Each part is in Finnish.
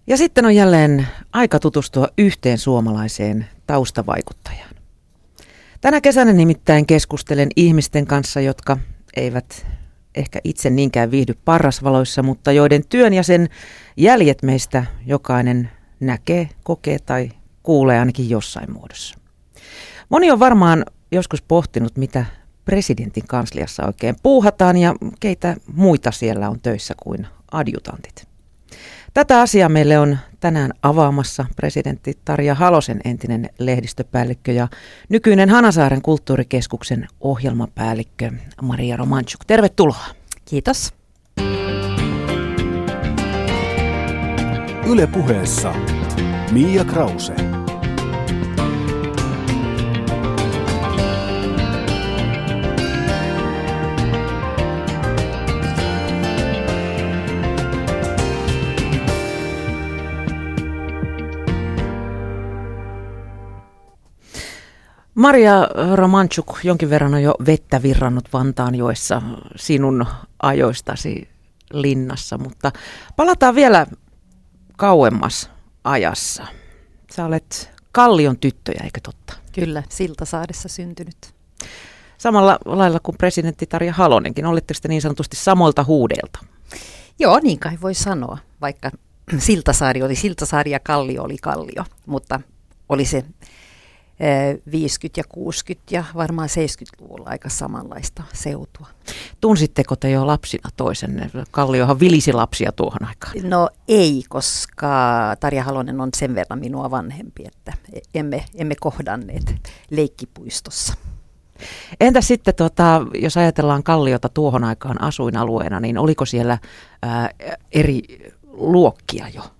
Ja sitten on jälleen aika tutustua yhteen suomalaiseen taustavaikuttajaan. Tänä kesänä nimittäin keskustelen ihmisten kanssa, jotka eivät ehkä itse niinkään viihdy parrasvaloissa, mutta joiden työn ja sen jäljet meistä jokainen näkee, kokee tai kuulee ainakin jossain muodossa. Moni on varmaan joskus pohtinut, mitä presidentin kansliassa oikein puuhataan ja keitä muita siellä on töissä kuin adjutantit. Tätä asiaa meille on tänään avaamassa presidentti Tarja Halosen entinen lehdistöpäällikkö ja nykyinen Hanasaaren kulttuurikeskuksen ohjelmapäällikkö Maria Romanchuk. Tervetuloa. Kiitos. Yle Puheessa Mia Krause. Maria Romanchuk, jonkin verran on jo vettä virrannut Vantaanjoessa sinun ajoistasi linnassa, mutta palataan vielä kauemmas ajassa. Sä olet Kallion tyttöjä, eikö totta? Kyllä, Siltasaaressa syntynyt. Samalla lailla kuin presidentti Tarja Halonenkin. Oletteko te niin sanotusti samoilta huudeilta? Joo, niin kai voi sanoa, vaikka Siltasaari oli Siltasaari ja Kallio oli Kallio, mutta oli se 50 ja 60 ja varmaan 70-luvulla aika samanlaista seutua. Tunsitteko te jo lapsina toisenne? Kalliohan vilisi lapsia tuohon aikaan. No ei, koska Tarja Halonen on sen verran minua vanhempi, että emme kohdanneet leikkipuistossa. Entä sitten, jos ajatellaan Kalliota tuohon aikaan asuinalueena, niin oliko siellä eri luokkia jo?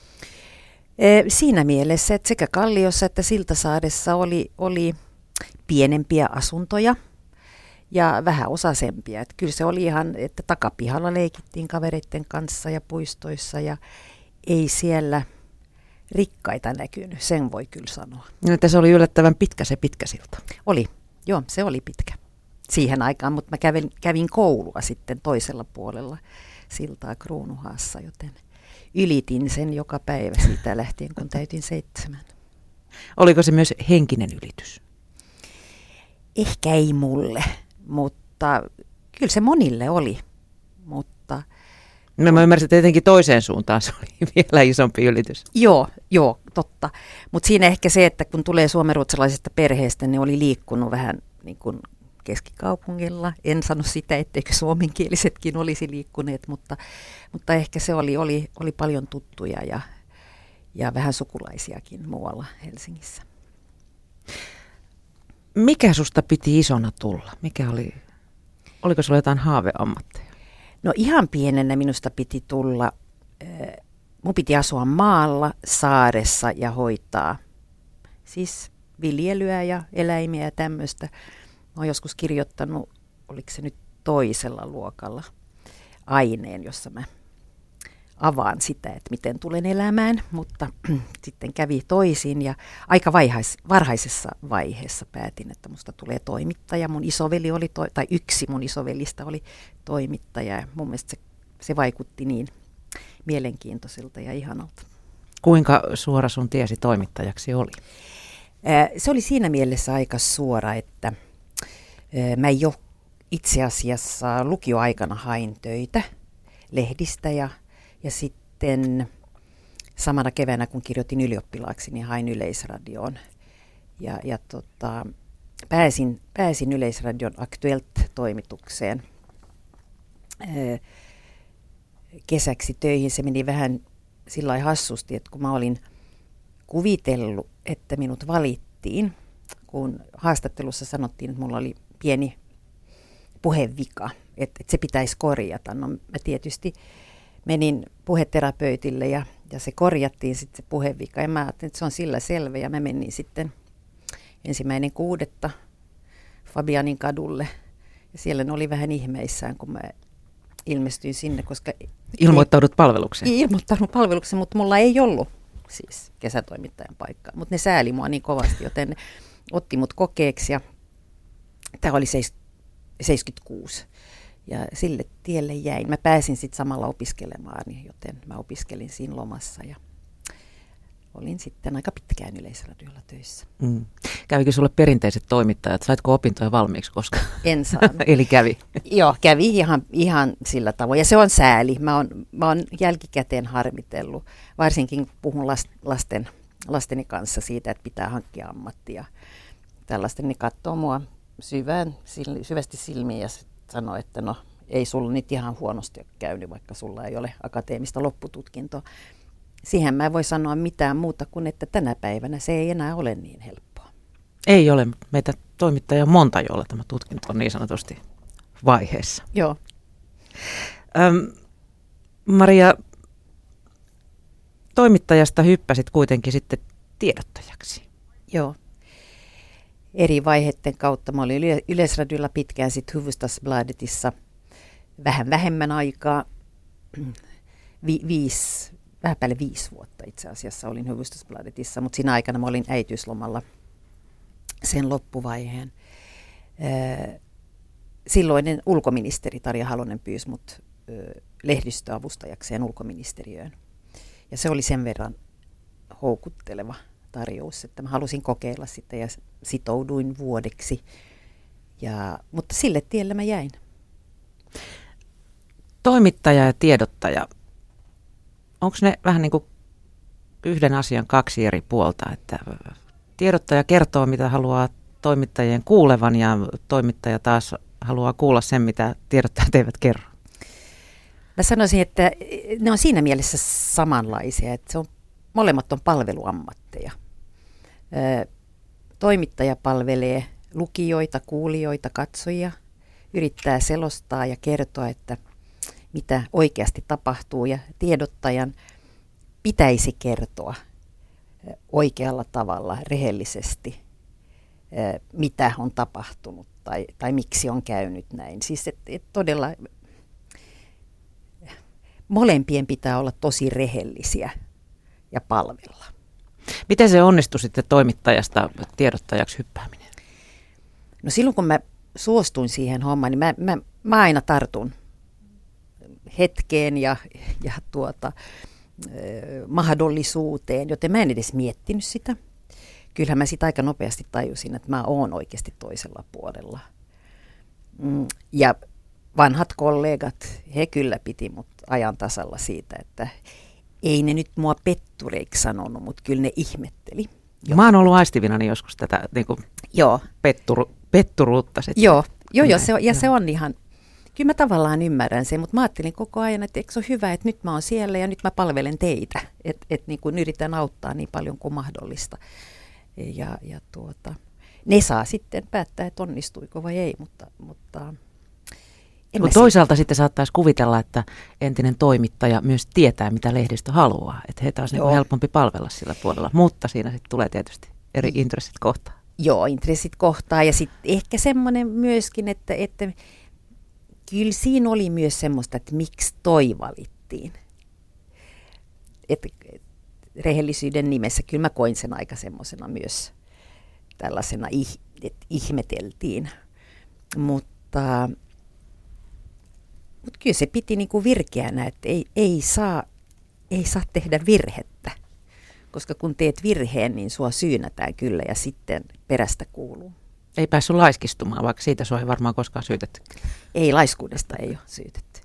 Siinä mielessä, että sekä Kalliossa että Siltasaaressa oli pienempiä asuntoja ja vähän osaisempia. Että kyllä se oli ihan, että takapihalla leikittiin kavereiden kanssa ja puistoissa ja ei siellä rikkaita näkynyt, sen voi kyllä sanoa. No, että se oli yllättävän pitkä se pitkä silta. Oli, joo, se oli pitkä siihen aikaan, mutta mä kävin koulua sitten toisella puolella siltaa Kruunuhaassa, joten ylitin sen joka päivä siitä lähtien, kun täytin 7. Oliko se myös henkinen ylitys? Ehkä ei mulle, mutta kyllä se monille oli. Mutta no, mä ymmärsin, että tietenkin toiseen suuntaan se oli vielä isompi ylitys. Joo, totta. Mutta siinä ehkä se, että kun tulee suomenruotsalaisesta perheestä, niin oli liikkunut vähän niin kuin keskikaupungilla. En sano sitä, etteikö suomenkielisetkin olisi liikkuneet, mutta ehkä se oli paljon tuttuja ja vähän sukulaisiakin muualla Helsingissä. Mikä susta piti isona tulla? Oliko sulla jotain haaveammatteja? No ihan pienenä minusta piti tulla, mun piti asua maalla, saaressa ja hoitaa siis viljelyä ja eläimiä ja tämmöistä. Mä oon joskus kirjoittanut, oliko se nyt toisella luokalla, aineen, jossa mä avaan sitä, että miten tulen elämään, mutta sitten kävi toisin ja aika varhaisessa vaiheessa päätin, että musta tulee toimittaja. Mun isoveli oli, tai yksi mun isovelistä oli toimittaja ja mun mielestä se vaikutti niin mielenkiintoiselta ja ihanalta. Kuinka suora sun tiesi toimittajaksi oli? Se oli siinä mielessä aika suora, että mä jo itse asiassa lukioaikana hain töitä lehdistä ja sitten samana keväänä, kun kirjoitin ylioppilaaksi, niin hain Yleisradioon. Ja pääsin Yleisradion Aktuellt-toimitukseen kesäksi töihin. Se meni vähän sillä lailla hassusti, että kun mä olin kuvitellut, että minut valittiin, kun haastattelussa sanottiin, että mulla oli pieni puhevika, että se pitäisi korjata. No mä tietysti menin puheterapeutille ja se korjattiin sitten se puhevika. Ja mä ajattelin, että se on sillä selvä ja mä menin sitten 1.6. Fabianin kadulle. Ja siellä ne oli vähän ihmeissään, kun mä ilmestyin sinne, koska ilmoittaudut palvelukseen? Ilmoittanut palvelukseen, mutta mulla ei ollut siis kesätoimittajan paikkaa. Mutta ne sääli mua niin kovasti, joten ne otti mut kokeeksi ja tämä oli 76. Ja sille tielle jäin. Mä pääsin sitten samalla opiskelemaan, joten mä opiskelin siinä lomassa. Ja olin sitten aika pitkään Yleisradiolla töissä. Kävikö sulle perinteiset toimittajat? Saitko opintoja valmiiksi koskaan? En saanut. Eli kävi. Joo, kävi ihan sillä tavoin. Ja se on sääli. Mä oon jälkikäteen harmitellut. Varsinkin kun puhun lasteni kanssa siitä, että pitää hankkia ammattia. Tällaista, niin katsoo mua syvästi silmiin ja sanoo, että no ei sulla nyt ihan huonosti ole käynyt, vaikka sulla ei ole akateemista loppututkintoa. Siihen mä en voi sanoa mitään muuta kuin, että tänä päivänä se ei enää ole niin helppoa. Ei ole. Meitä toimittajia on monta, joilla tämä tutkinto on niin sanotusti vaiheessa. Joo. Maria, toimittajasta hyppäsit kuitenkin sitten tiedottajaksi. Joo. Eri vaiheiden kautta. Mä olin Yleisradiolla pitkään, sitten Hufvudstadsbladetissa vähän vähemmän aikaa. Vähän päälle 5 vuotta itse asiassa olin Hufvudstadsbladetissa, mutta siinä aikana mä olin äitiyslomalla sen loppuvaiheen. Silloinen ulkoministeri Tarja Halonen pyysi mut lehdistöavustajakseen ulkoministeriöön. Ja se oli sen verran houkutteleva tarjous, että mä halusin kokeilla sitä ja sitouduin vuodeksi. Mutta sille tielle mä jäin. Toimittaja ja tiedottaja, onko ne vähän niin kuin yhden asian 2 eri puolta, että tiedottaja kertoo, mitä haluaa toimittajien kuulevan ja toimittaja taas haluaa kuulla sen, mitä tiedottajat eivät kerro? Mä sanoisin, että ne on siinä mielessä samanlaisia, että molemmat on palveluammatteja. Toimittaja palvelee lukijoita, kuulijoita, katsojia, yrittää selostaa ja kertoa, että mitä oikeasti tapahtuu, ja tiedottajan pitäisi kertoa oikealla tavalla, rehellisesti, mitä on tapahtunut tai miksi on käynyt näin. Siis et todella molempien pitää olla tosi rehellisiä ja palvella. Miten se onnistui sitten toimittajasta tiedottajaksi hyppääminen? No silloin kun mä suostuin siihen hommaan, niin mä aina tartun hetkeen ja mahdollisuuteen, joten mä en edes miettinyt sitä. Kyllähän mä sitä aika nopeasti tajusin, että mä oon oikeasti toisella puolella. Ja vanhat kollegat, he kyllä piti mut ajan tasalla siitä, että ei ne nyt mua pettureiksi sanonut, mutta kyllä ne ihmetteli. Mä oon ollut aistivinani joskus tätä niin kuin petturuutta. Joo, se on ihan, kyllä mä tavallaan ymmärrän sen, mutta mä ajattelin koko ajan, että eikö se ole hyvä, että nyt mä oon siellä ja nyt mä palvelen teitä, että niin kuin yritän auttaa niin paljon kuin mahdollista. Ne saa sitten päättää, että onnistuiko vai ei, mutta toisaalta sitten saattaisi kuvitella, että entinen toimittaja myös tietää, mitä lehdistö haluaa. Että he taas on helpompi palvella sillä puolella, mutta siinä sitten tulee tietysti eri intressit kohtaan. Joo, intressit kohtaan ja sitten ehkä semmoinen myöskin, että kyllä siinä oli myös semmoista, että miksi toi valittiin. Että rehellisyyden nimessä kyllä mä koin sen aika semmoisena myös tällaisena, että ihmeteltiin, mutta kyllä se piti niinku virkeänä, että ei saa tehdä virhettä, koska kun teet virheen, niin sua syynätään kyllä ja sitten perästä kuuluu. Ei päässyt laiskistumaan, vaikka siitä sua ei varmaan koskaan syytetty. Ei, laiskuudesta ei ole syytetty.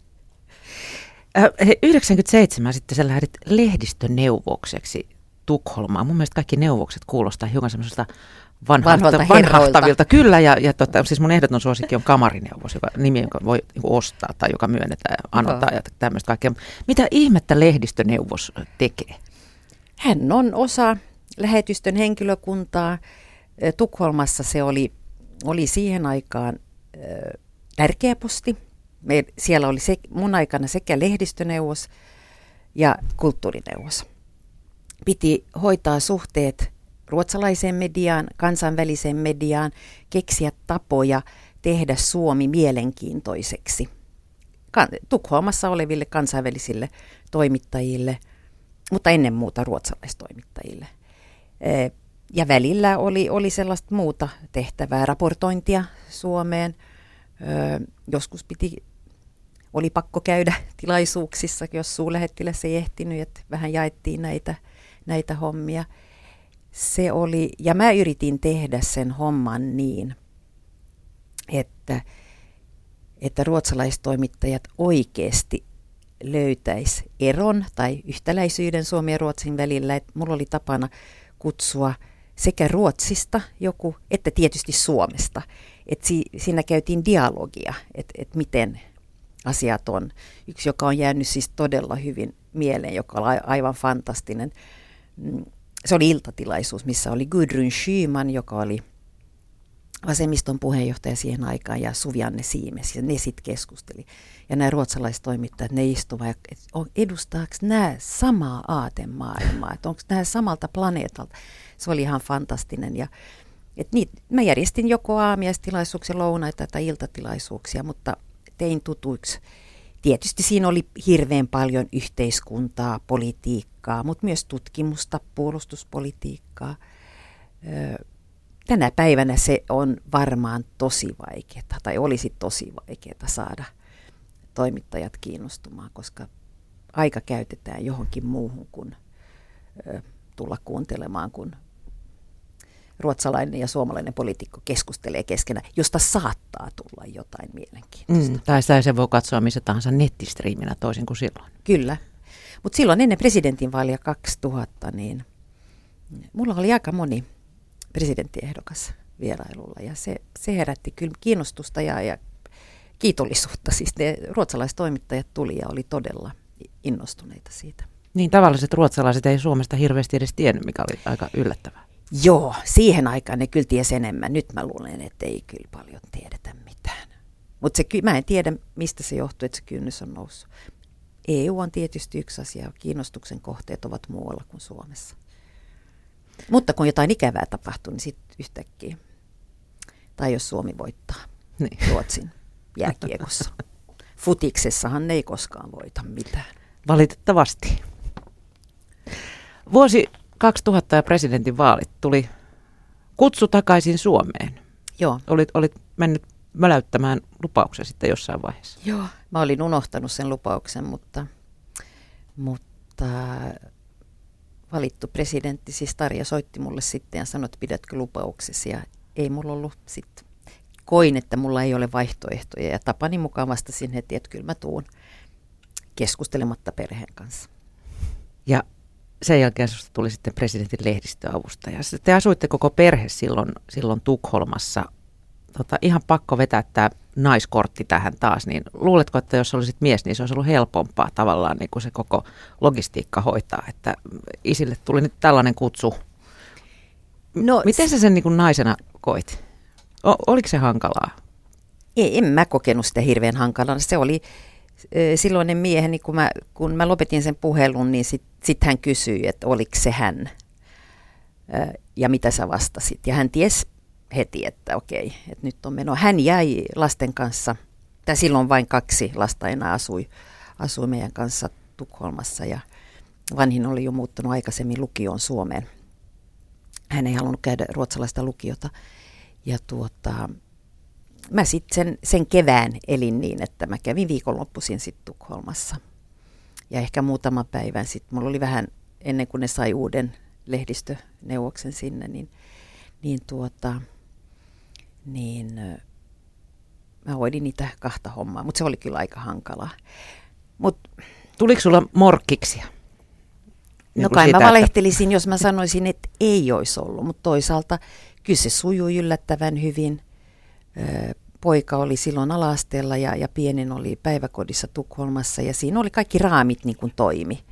97 sitten sä lähdit lehdistöneuvokseksi Tukholmaan. Mun mielestä kaikki neuvokset kuulostaa hiukan semmoiselta vanhahtavilta. Kyllä, ja siis mun ehdoton suosikki on kamarineuvos, joka nimi, joka voi ostaa tai joka myönnetään ja anotaan ja tämmöistä kaikkea. Mitä ihmettä lehdistöneuvos tekee? Hän on osa lähetystön henkilökuntaa. Tukholmassa se oli siihen aikaan tärkeä posti. Siellä oli mun aikana sekä lehdistöneuvos ja kulttuurineuvos. Piti hoitaa suhteet ruotsalaiseen mediaan, kansainväliseen mediaan, keksiä tapoja tehdä Suomi mielenkiintoiseksi Tukholmassa oleville kansainvälisille toimittajille, mutta ennen muuta ruotsalaistoimittajille. Ja välillä oli sellaista muuta tehtävää, raportointia Suomeen. Joskus piti oli pakko käydä tilaisuuksissa, jos suurlähettiläs ei ehtinyt, että vähän jaettiin näitä hommia. Se oli, ja mä yritin tehdä sen homman niin, että ruotsalaistoimittajat oikeasti löytäisi eron tai yhtäläisyyden Suomen ja Ruotsin välillä. Että mulla oli tapana kutsua sekä Ruotsista joku, että tietysti Suomesta. Että siinä käytiin dialogia, että miten asiat on. Yksi, joka on jäänyt siis todella hyvin mieleen, joka oli aivan fantastinen. Se oli iltatilaisuus, missä oli Gudrun Schyman, joka oli vasemmiston puheenjohtaja siihen aikaan, ja Suvi-Anne Siimes, ja ne sitten keskusteli. Ja nämä ruotsalaistoimittajat, ne istuvat, että edustaako nämä samaa aatemaailmaa, että onko nämä samalta planeetalta. Se oli ihan fantastinen. Ja, mä järjestin joko aamiaistilaisuuksia, lounaita tai iltatilaisuuksia, mutta tein tutuiksi. Tietysti siinä oli hirveän paljon yhteiskuntaa, politiikkaa, mutta myös tutkimusta, puolustuspolitiikkaa. Tänä päivänä se on varmaan tosi vaikeaa, tai olisi tosi vaikeaa saada toimittajat kiinnostumaan, koska aika käytetään johonkin muuhun kuin tulla kuuntelemaan, kun ruotsalainen ja suomalainen poliitikko keskustelee keskenään, josta saattaa tulla jotain mielenkiintoista. Tai sen voi katsoa missä tahansa nettistriiminä toisin kuin silloin. Kyllä. Mutta silloin ennen presidentinvaalia 2000, niin mulla oli aika moni presidenttiehdokas vierailulla. Ja se herätti kyllä kiinnostusta ja kiitollisuutta. Siis ne ruotsalaiset toimittajat tuli ja oli todella innostuneita siitä. Niin tavalliset ruotsalaiset ei Suomesta hirveästi edes tiennyt, mikä oli aika yllättävää. Joo, siihen aikaan ne kyllä tiesi enemmän. Nyt mä luulen, että ei kyllä paljon tiedetä mitään. Mutta mä en tiedä, mistä se johtuu, että se kynnys on noussut. EU on tietysti yksi asia, kiinnostuksen kohteet ovat muualla kuin Suomessa. Mutta kun jotain ikävää tapahtuu, niin sitten yhtäkkiä, tai jos Suomi voittaa Ruotsin jääkiekossa. Futiksessahan ne ei koskaan voita mitään. Valitettavasti. Vuosi 2000 ja presidentinvaalit tuli kutsu takaisin Suomeen. Joo. Olit mennyt möläyttämään lupauksen sitten jossain vaiheessa. Joo, mä olin unohtanut sen lupauksen, mutta valittu presidentti, siis Tarja soitti mulle sitten ja sanoi, että pidätkö lupauksesi, ja ei mulla ollut sitten. Koin, että mulla ei ole vaihtoehtoja, ja tapani mukaan vastasin heti, että kyllä mä tuun keskustelematta perheen kanssa. Ja sen jälkeen susta tuli sitten presidentin lehdistöavustaja. Te asuitte koko perhe silloin Tukholmassa. Ihan pakko vetää tämä naiskortti tähän taas. Niin luuletko, että jos olisit mies, niin se olisi ollut helpompaa tavallaan niin kuin se koko logistiikka hoitaa, että isille tuli nyt tällainen kutsu. No, miten sä sen niin kuin naisena koit? Oliko se hankalaa? En mä kokenut sitä hirveän hankalaa. Se oli silloinen mieheni, kun mä lopetin sen puhelun, niin sit hän kysyi, että oliko se hän ja mitä sä vastasit. Ja hän tiesi heti, että okei, että nyt on meno. Hän jäi lasten kanssa, tai silloin vain 2 lasta enää asui meidän kanssa Tukholmassa, ja vanhin oli jo muuttanut aikaisemmin lukioon Suomeen. Hän ei halunnut käydä ruotsalaista lukiota. Ja mä sitten sen kevään elin niin, että mä kävin viikonloppuisin sitten Tukholmassa. Ja ehkä muutaman päivän sitten, mulla oli vähän ennen kuin ne sai uuden lehdistöneuvoksen sinne, niin mä hoidin niitä 2 hommaa, mutta se oli kyllä aika hankalaa. Tuliko sulla morkkiksia? No kai mä valehtelisin, jos mä sanoisin, että ei olisi ollut, mutta toisaalta kyllä se sujui yllättävän hyvin. Poika oli silloin ala-asteella ja pienin oli päiväkodissa Tukholmassa, ja siinä oli kaikki raamit niin kuin toimi.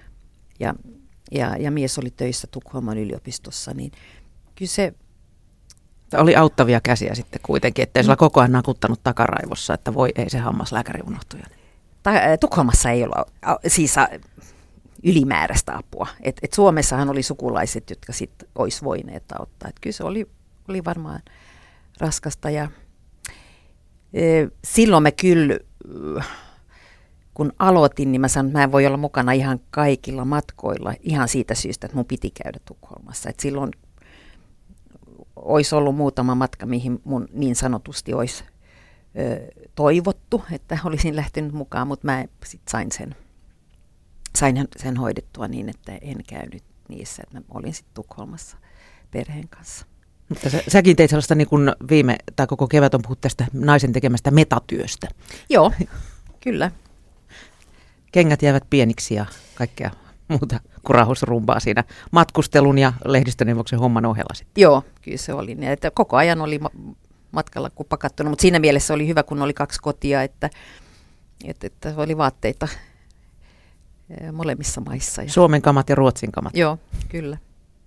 Ja mies oli töissä Tukholman yliopistossa, niin kyllä se oli auttavia käsiä sitten kuitenkin, ettei sillä koko ajan nakuttanut takaraivossa, että voi ei se hammaslääkäri unohtuja. Tukholmassa ei ollut siis ylimääräistä apua. Et Suomessahan oli sukulaiset, jotka sitten olisi voineet auttaa. Et kyllä se oli varmaan raskasta. Ja silloin mä kyllä, kun aloitin, niin mä sanoin, että mä en voi olla mukana ihan kaikilla matkoilla ihan siitä syystä, että mun piti käydä Tukholmassa. Et silloin olisi ollut muutama matka, mihin mun niin sanotusti olisi toivottu, että olisin lähtenyt mukaan, mutta mä sitten sain sen hoidettua niin, että en käynyt niissä, että mä olin sitten Tukholmassa perheen kanssa. Mutta säkin teit sellaista niin kuin tai koko kevät on puhuttu tästä naisen tekemästä metatyöstä. Joo, kyllä. Kengät jäävät pieniksi ja kaikkea muuta kurahusrumpaa siinä matkustelun ja lehdistöneuvoksen homman ohella sitten. Joo, kyllä se oli. Että koko ajan oli matkalla kuin pakattuna, mutta siinä mielessä oli hyvä, kun oli 2 kotia, että oli vaatteita molemmissa maissa. Suomen kamat ja Ruotsin kamat. Joo, kyllä.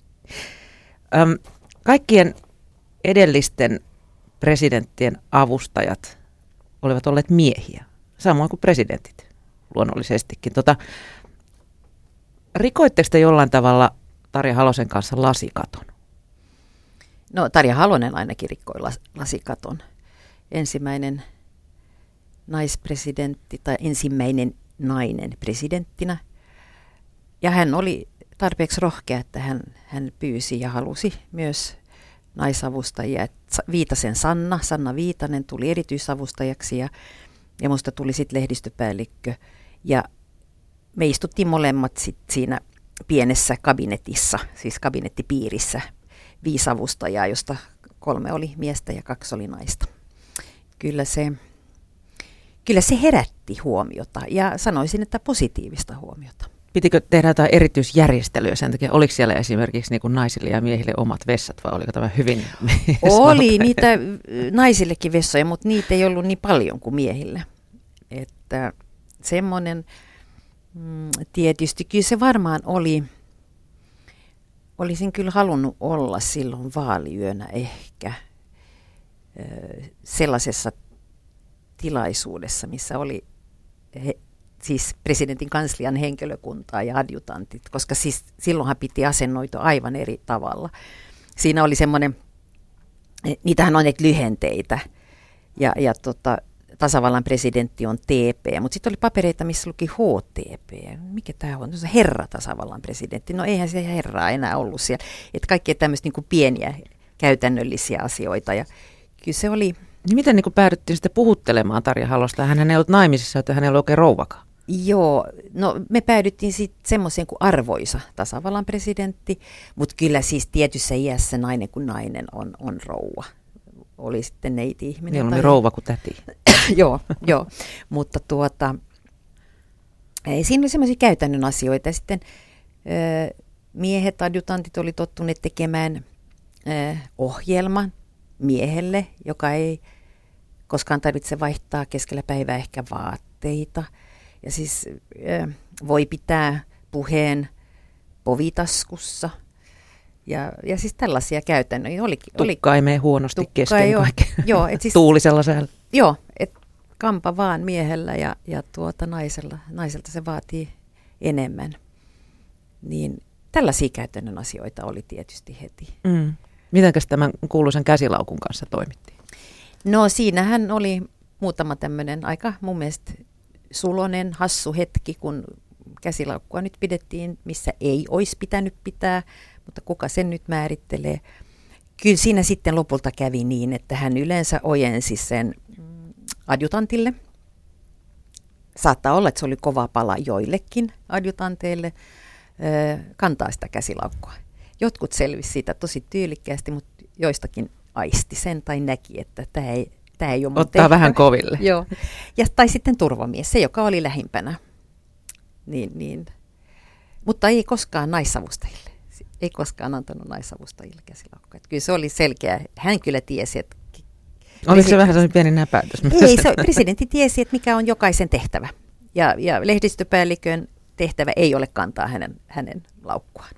Kaikkien edellisten presidenttien avustajat olivat olleet miehiä, samoin kuin presidentit luonnollisestikin. Rikoitteko te jollain tavalla Tarja Halosen kanssa lasikaton? No Tarja Halonen ainakin rikkoi lasikaton. Ensimmäinen naispresidentti tai ensimmäinen nainen presidenttinä. Ja hän oli tarpeeksi rohkea, että hän pyysi ja halusi myös naisavustajia. Viitasen Sanna Viitanen tuli erityisavustajaksi ja musta tuli sitten lehdistöpäällikkö. Ja me istuttiin molemmat sit siinä pienessä kabinetissa, siis kabinettipiirissä, 5 avustajaa, josta 3 oli miestä ja 2 oli naista. Kyllä se herätti huomiota ja sanoisin, että positiivista huomiota. Pitikö tehdä jotain erityisjärjestelyä sen takia? Oliko siellä esimerkiksi niin kuin naisille ja miehille omat vessat vai oliko tämä hyvin? Oli niitä naisillekin vessoja, mutta niitä ei ollut niin paljon kuin miehille. Että semmoinen tietysti, kyllä se varmaan olisin kyllä halunnut olla silloin vaaliyönä ehkä sellaisessa tilaisuudessa, missä oli siis presidentin kanslian henkilökuntaa ja adjutantit, koska siis silloinhan piti asennoitua aivan eri tavalla. Siinä oli semmoinen, niitähän on näitä lyhenteitä ja tasavallan presidentti on TP, mutta sitten oli papereita, missä luki HTP. Mikä tämä on? Se herra tasavallan presidentti. No eihän se herraa enää ollut siellä. Että kaikkea tämmöistä niin kuin pieniä käytännöllisiä asioita ja kyllä se oli. Niin miten niin kuin päädyttiin sitten puhuttelemaan Tarja Halosta? Hän ei ollut naimisissa, että hän ei ollut oikein rouvakaan. Joo, no me päädyttiin sitten semmoiseen kuin arvoisa tasavallan presidentti, mutta kyllä siis tietyssä iässä nainen kuin nainen on rouva. Oli sitten neiti-ihminen. Niin oli rouva kuin täti. joo, mutta siinä oli semmoisia käytännön asioita. Ja sitten miehet, adjutantit oli tottuneet tekemään ohjelman miehelle, joka ei koskaan tarvitse vaihtaa keskellä päivää ehkä vaatteita. Ja siis voi pitää puheen povitaskussa. Ja siis tällaisia käytännöjä. Tukka ei mene huonosti kesken kaiken siis, tuulisella säällä. Joo, että kampa vaan miehellä ja naiselta se vaatii enemmän. Niin tällaisia käytännön asioita oli tietysti heti. Mitenkäs tämän kuuluisen käsilaukun kanssa toimittiin? No siinähän oli muutama tämmöinen aika mun mielestä sulonen, hassu hetki, kun käsilaukkua nyt pidettiin, missä ei olisi pitänyt pitää, mutta kuka sen nyt määrittelee. Kyllä siinä sitten lopulta kävi niin, että hän yleensä ojensi sen adjutantille. Saattaa olla, että se oli kova pala joillekin adjutanteille kantaa sitä käsilaukkua. Jotkut selvisi siitä tosi tyylikkäästi, mutta joistakin aisti sen tai näki, että tämä ei ole mun ottaa tehtävä. Vähän koville. Joo. Tai sitten turvamies, se joka oli lähimpänä. Niin. Mutta ei koskaan naisavustajille. Ei koskaan antanut naisavustajille käsilaukkoja. Kyllä se oli selkeä. Hän kyllä tiesi, että oliko se vähän sellainen pieni näpäytys? Ei, presidentti tiesi, että mikä on jokaisen tehtävä. Ja lehdistöpäällikön tehtävä ei ole kantaa hänen laukkuaan.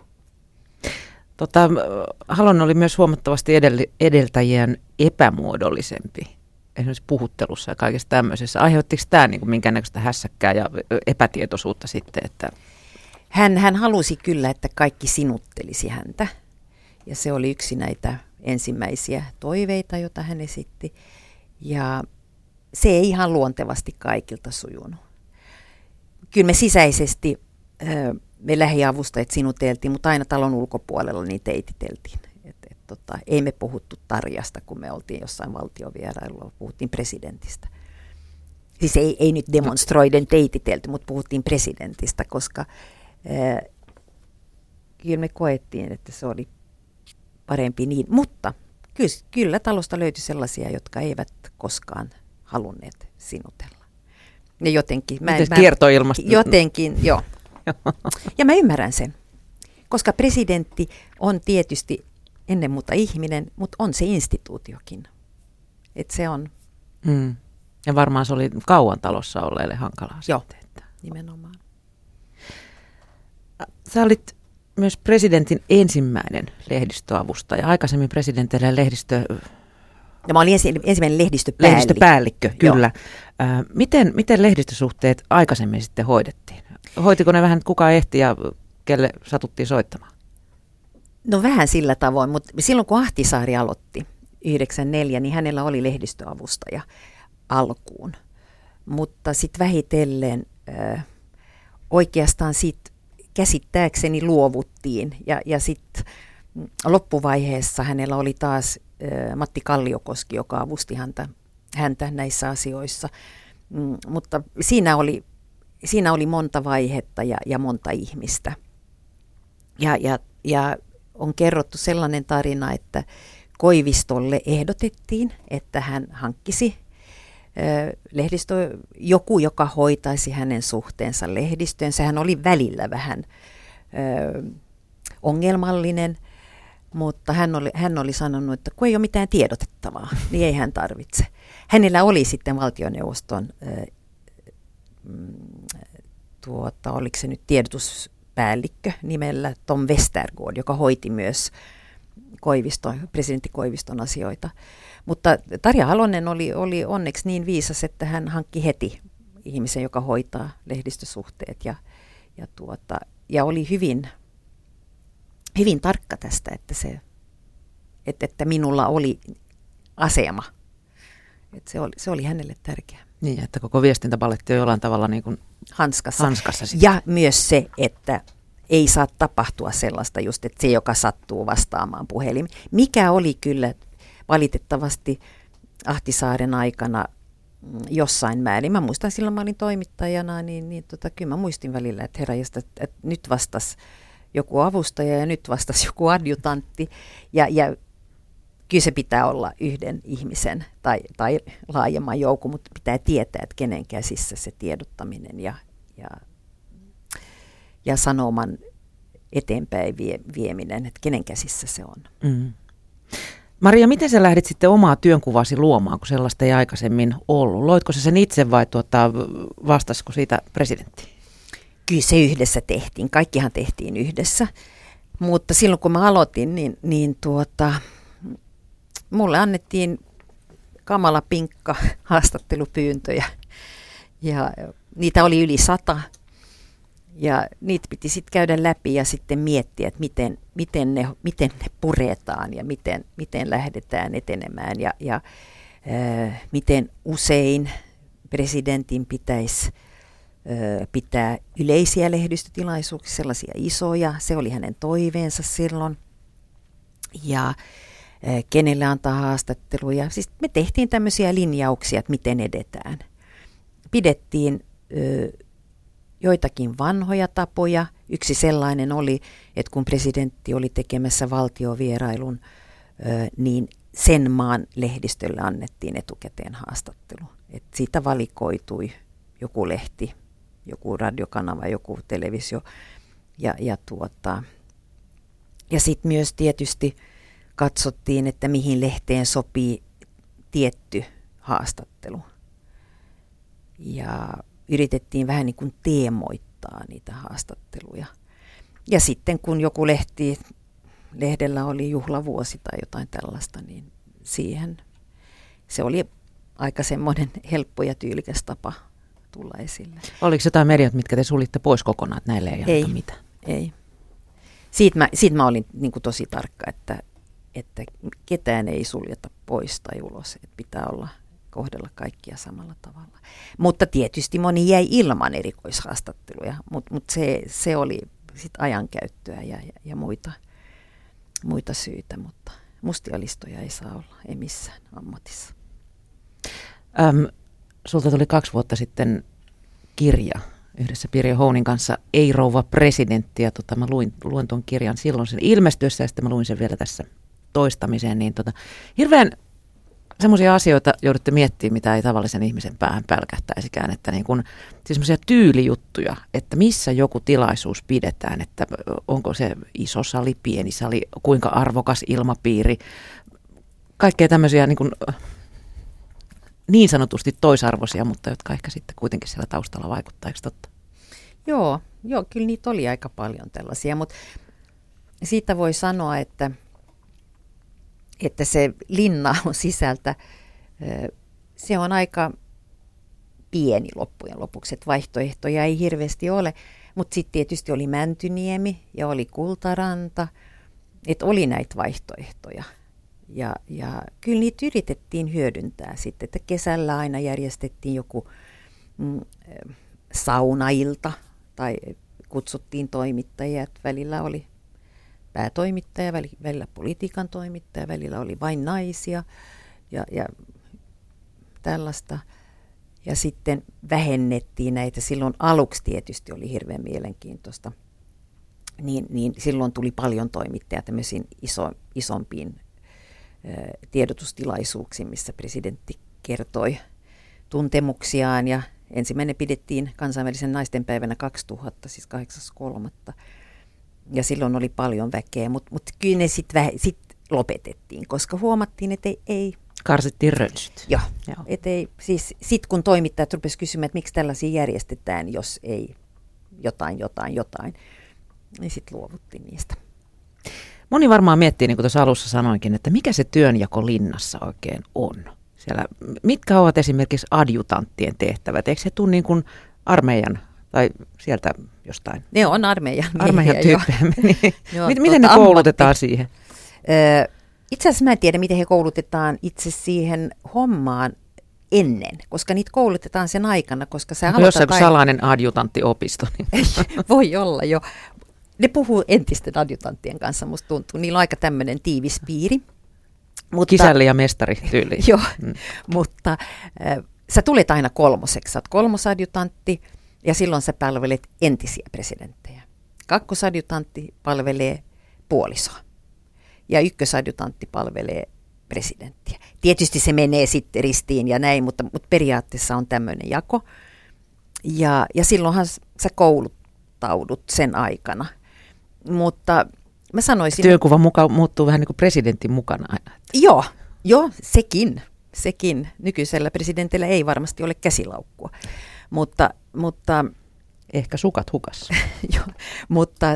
Halonen oli myös huomattavasti edeltäjien epämuodollisempi. Esimerkiksi puhuttelussa ja kaikessa tämmöisessä. Aiheuttiko tämä niin minkäännäköistä hässäkkää ja epätietoisuutta sitten? Että Hän halusi kyllä, että kaikki sinuttelisi häntä. Ja se oli yksi näitä ensimmäisiä toiveita, joita hän esitti. Ja se ei ihan luontevasti kaikilta sujunut. Kyllä me sisäisesti, me lähiavustajat sinuteltiin, mutta aina talon ulkopuolella niin teititeltiin. ei me puhuttu Tarjasta, kun me oltiin jossain valtiovierailulla, puhuttiin presidentistä. Siis ei nyt demonstroiden teititelty, mutta puhuttiin presidentistä, koska kyllä me koettiin, että se oli parempi niin. Mutta kyllä talosta löytyi sellaisia, jotka eivät koskaan halunneet sinutella. Ja jotenkin... Kiertoilmasta? Jotenkin, joo. Ja mä ymmärrän sen, koska presidentti on tietysti ennen muuta ihminen, mutta on se instituutiokin. Että se on... Ja varmaan se oli kauan talossa olleille hankalaa. Joo, sitten, että... nimenomaan. Sä olit myös presidentin ensimmäinen lehdistöavustaja. Aikaisemmin presidentille mä olin ensimmäinen lehdistöpäällikkö, kyllä. Miten lehdistösuhteet aikaisemmin sitten hoidettiin? Hoitiko ne vähän, kuka ehti ja kelle satuttiin soittamaan? No vähän sillä tavoin, mutta silloin kun Ahtisaari aloitti 1994, niin hänellä oli lehdistöavustaja alkuun. Mutta sitten vähitellen oikeastaan siitä käsittääkseni luovuttiin ja sitten loppuvaiheessa hänellä oli taas Matti Kalliokoski, joka avusti häntä näissä asioissa. Mutta siinä oli monta vaihetta ja monta ihmistä. Ja on kerrottu sellainen tarina, että Koivistolle ehdotettiin, että hän hankkisi joku, joka hoitaisi hänen suhteensa lehdistöön. Sehän oli välillä vähän ongelmallinen, mutta hän oli sanonut, että kun ei ole mitään tiedotettavaa, niin ei hän tarvitse. Hänellä oli sitten valtioneuvoston, oliko se nyt tiedotuspäällikkö nimellä Tom Westergaard, joka hoiti myös presidentti Koiviston asioita. Mutta Tarja Halonen oli onneksi niin viisas, että hän hankki heti ihmisen, joka hoitaa lehdistösuhteet ja oli hyvin tarkka tästä, että minulla oli asema. Että se oli hänelle tärkeä. Niin, että koko viestintäpaletti on jollain tavalla niin kuin hanskassa. Ja myös se, että ei saa tapahtua sellaista just, että se, joka sattuu vastaamaan puhelimeen. Mikä oli kyllä valitettavasti Ahtisaaren aikana jossain määrin. Mä muistan silloin, mä olin toimittajana, kyllä mä muistin välillä, että heräjästä, että nyt vastasi joku avustaja ja nyt vastasi joku adjutantti. Ja kyllä se pitää olla yhden ihmisen tai laajemman joukon, mutta pitää tietää, että kenen käsissä se tiedottaminen ja sanoman eteenpäin vieminen, että kenen käsissä se on. Mm. Maria, miten sä lähdit sitten omaa työnkuvasi luomaan, kun sellaista ei aikaisemmin ollut? Loitko sä sen itse vai vastasiko siitä presidentti? Kyllä se yhdessä tehtiin. Kaikkihan tehtiin yhdessä. Mutta silloin kun mä aloitin, niin mulle annettiin kamala pinkka haastattelupyyntöjä. Ja niitä oli yli 100. Ja niitä piti sitten käydä läpi ja sitten miettiä, että miten ne puretaan ja miten lähdetään etenemään ja miten usein presidentin pitäisi pitää yleisiä lehdistötilaisuuksia, sellaisia isoja. Se oli hänen toiveensa silloin. Ja kenelle antaa haastatteluja. Siis me tehtiin tämmöisiä linjauksia, että miten edetään. Pidettiin joitakin vanhoja tapoja. Yksi sellainen oli, että kun presidentti oli tekemässä valtiovierailun, niin sen maan lehdistölle annettiin etukäteen haastattelu. Et siitä valikoitui joku lehti, joku radiokanava, joku televisio. Ja sitten myös tietysti katsottiin, että mihin lehteen sopii tietty haastattelu. Ja yritettiin vähän niin kuin teemoittaa niitä haastatteluja. Ja sitten kun joku lehdellä oli juhlavuosi tai jotain tällaista, niin siihen se oli aika semmoinen helppo ja tyylikäs tapa tulla esille. Oliko jotain mediat, mitkä te suljitte pois kokonaan, että näille ei anneta mitään? Ei. Siitä mä olin niin kuin tosi tarkka, että ketään ei suljeta pois tai ulos, että pitää kohdella kaikkia samalla tavalla. Mutta tietysti moni jäi ilman erikoishaastatteluja, mutta se oli sit ajankäyttöä ja muita syitä. Mustia listoja ei saa olla, ei missään ammatissa. Sulta tuli 2 vuotta sitten kirja yhdessä Pirjo Hounin kanssa, Ei rouva presidentti, ja mä luin tuon kirjan silloin sen ilmestyessä, ja sitten mä luin sen vielä tässä toistamiseen, niin hirveän semmoisia asioita joudutte miettimään, mitä ei tavallisen ihmisen päähän pälkähtäisikään, että niin kun, siis semmoisia tyylijuttuja, että missä joku tilaisuus pidetään, että onko se iso sali, pieni sali, kuinka arvokas ilmapiiri, kaikkea tämmöisiä niin sanotusti toisarvoisia, mutta jotka ehkä sitten kuitenkin siellä taustalla vaikuttaa, eikö totta? Joo, kyllä niitä oli aika paljon tällaisia, mutta siitä voi sanoa, että se linna on sisältä, se on aika pieni loppujen lopuksi, että vaihtoehtoja ei hirveästi ole, mutta sitten tietysti oli Mäntyniemi ja oli Kultaranta, että oli näitä vaihtoehtoja. Ja kyllä niitä yritettiin hyödyntää sitten, että kesällä aina järjestettiin joku saunailta tai kutsuttiin toimittajia, että välillä oli päätoimittaja, välillä politiikan toimittaja, välillä oli vain naisia ja tällaista. Ja sitten vähennettiin näitä. Silloin aluksi tietysti oli hirveän mielenkiintoista. Niin silloin tuli paljon toimittajia tämmöisiin isompiin tiedotustilaisuuksiin, missä presidentti kertoi tuntemuksiaan. Ja ensimmäinen pidettiin kansainvälisen naistenpäivänä 2000, siis 8.3. Ja silloin oli paljon väkeä, mutta kyllä ne sitten lopetettiin, koska huomattiin, että ei. Karsittiin rönsyt. Joo. Et ei, siis sitten kun toimittajat rupesivat kysymään, että miksi tällaisia järjestetään, jos ei jotain, niin sitten luovuttiin niistä. Moni varmaan miettii, niin kuin tuossa alussa sanoinkin, että mikä se työnjako linnassa oikein on. Siellä, mitkä ovat esimerkiksi adjutanttien tehtävät? Eikö se tule niin kuin armeijan tai sieltä jostain? Ne on armeijan tyyppejä. Miten ne koulutetaan siihen? Itse asiassa mä en tiedä, miten he koulutetaan itse siihen hommaan ennen, koska niitä koulutetaan sen aikana, koska sä aloitat jossain salainen adjutanttiopisto. Niin. Voi olla jo. Ne puhuu entisten adjutanttien kanssa, musta tuntuu. Niillä on aika tämmöinen tiivis piiri. Kisälli ja mestari tyyli. Joo, mutta sä tulet aina 3. Sä oot 3. adjutantti ja silloin sä palvelet entisiä presidenttejä. 2. adjutantti palvelee puolisoa ja 1. adjutantti palvelee presidenttiä. Tietysti se menee sitten ristiin ja näin, mutta periaatteessa on tämmöinen jako. Ja silloinhan sä kouluttaudut sen aikana. Mutta mä sanoisin... Työkuva muuttuu vähän niin kuin presidentin mukana aina. Joo, sekin. Nykyisellä presidentillä ei varmasti ole käsilaukkua, mutta ehkä sukat hukassa. Joo, mutta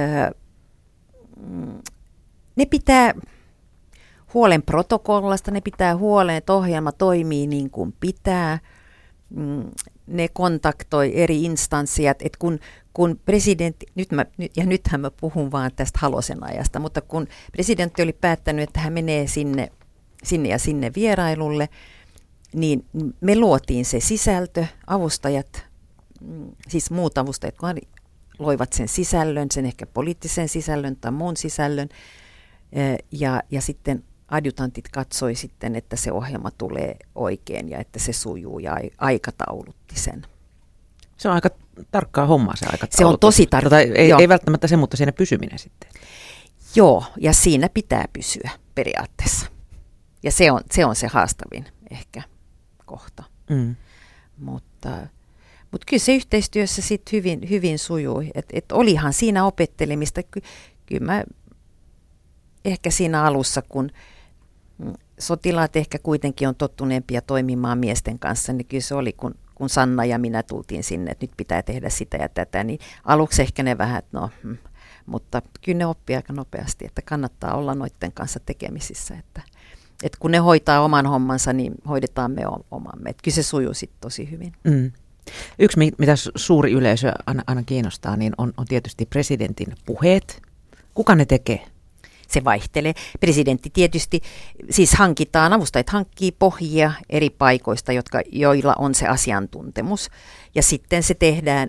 ne pitää huolen protokollasta, ne pitää huolen, että ohjelma toimii niin kuin pitää. Ne kontaktoi eri instanssia, että kun presidentti, nythän mä puhun vaan tästä Halosen ajasta, mutta kun presidentti oli päättänyt, että hän menee sinne ja sinne vierailulle, niin me luotiin se sisältö, avustajat, siis muut avustajat, kun loivat sen sisällön, sen ehkä poliittisen sisällön tai muun sisällön, ja sitten adjutantit katsoi sitten, että se ohjelma tulee oikein ja että se sujuu ja aikataulutti sen. Se on aika tarkkaa hommaa se aikataulu. Se on tosi tarkkaa. Ei välttämättä se, mutta siinä pysyminen sitten. Joo, ja siinä pitää pysyä periaatteessa. Ja se on se haastavin ehkä kohta. Mutta kyllä se yhteistyössä sitten hyvin sujui. Et olihan siinä opettelemista. Kyllä mä ehkä siinä alussa, kun sotilaat ehkä kuitenkin on tottuneempia toimimaan miesten kanssa, niin kyllä se oli, kun Sanna ja minä tultiin sinne, että nyt pitää tehdä sitä ja tätä, niin aluksi ehkä ne vähän, että mutta kyllä ne oppii aika nopeasti, että kannattaa olla noiden kanssa tekemisissä, että kun ne hoitaa oman hommansa, niin hoidetaan me omamme, että kyllä se sujuu sitten tosi hyvin. Yksi, mitä suuri yleisö aina kiinnostaa, niin on tietysti presidentin puheet. Kuka ne tekee? Se vaihtelee. Presidentti tietysti, siis avustajat hankkii pohjia eri paikoista, joilla on se asiantuntemus. Ja sitten se tehdään,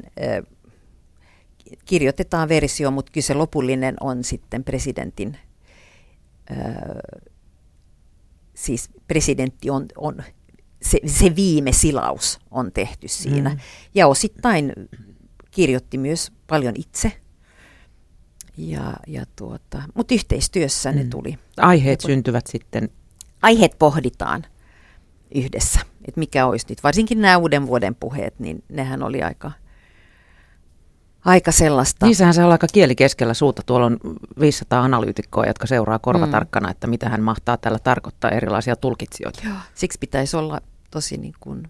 kirjoitetaan versio, mutta kyllä se lopullinen on sitten presidentin siis presidentti on se viime silaus on tehty siinä. Ja osittain kirjoitti myös paljon itse. Mutta yhteistyössä ne tuli. Aiheet syntyvät sitten. Aiheet pohditaan yhdessä. Että mikä olisi nyt, varsinkin nämä uuden vuoden puheet, niin nehän oli aika sellaista. Niissähän se on aika kieli keskellä suuta. Tuolla on 500 analyytikkoa, jotka seuraa korvatarkkana, että mitä hän mahtaa tällä tarkoittaa, erilaisia tulkitsijoita. Joo. Siksi pitäisi olla tosi niin kuin,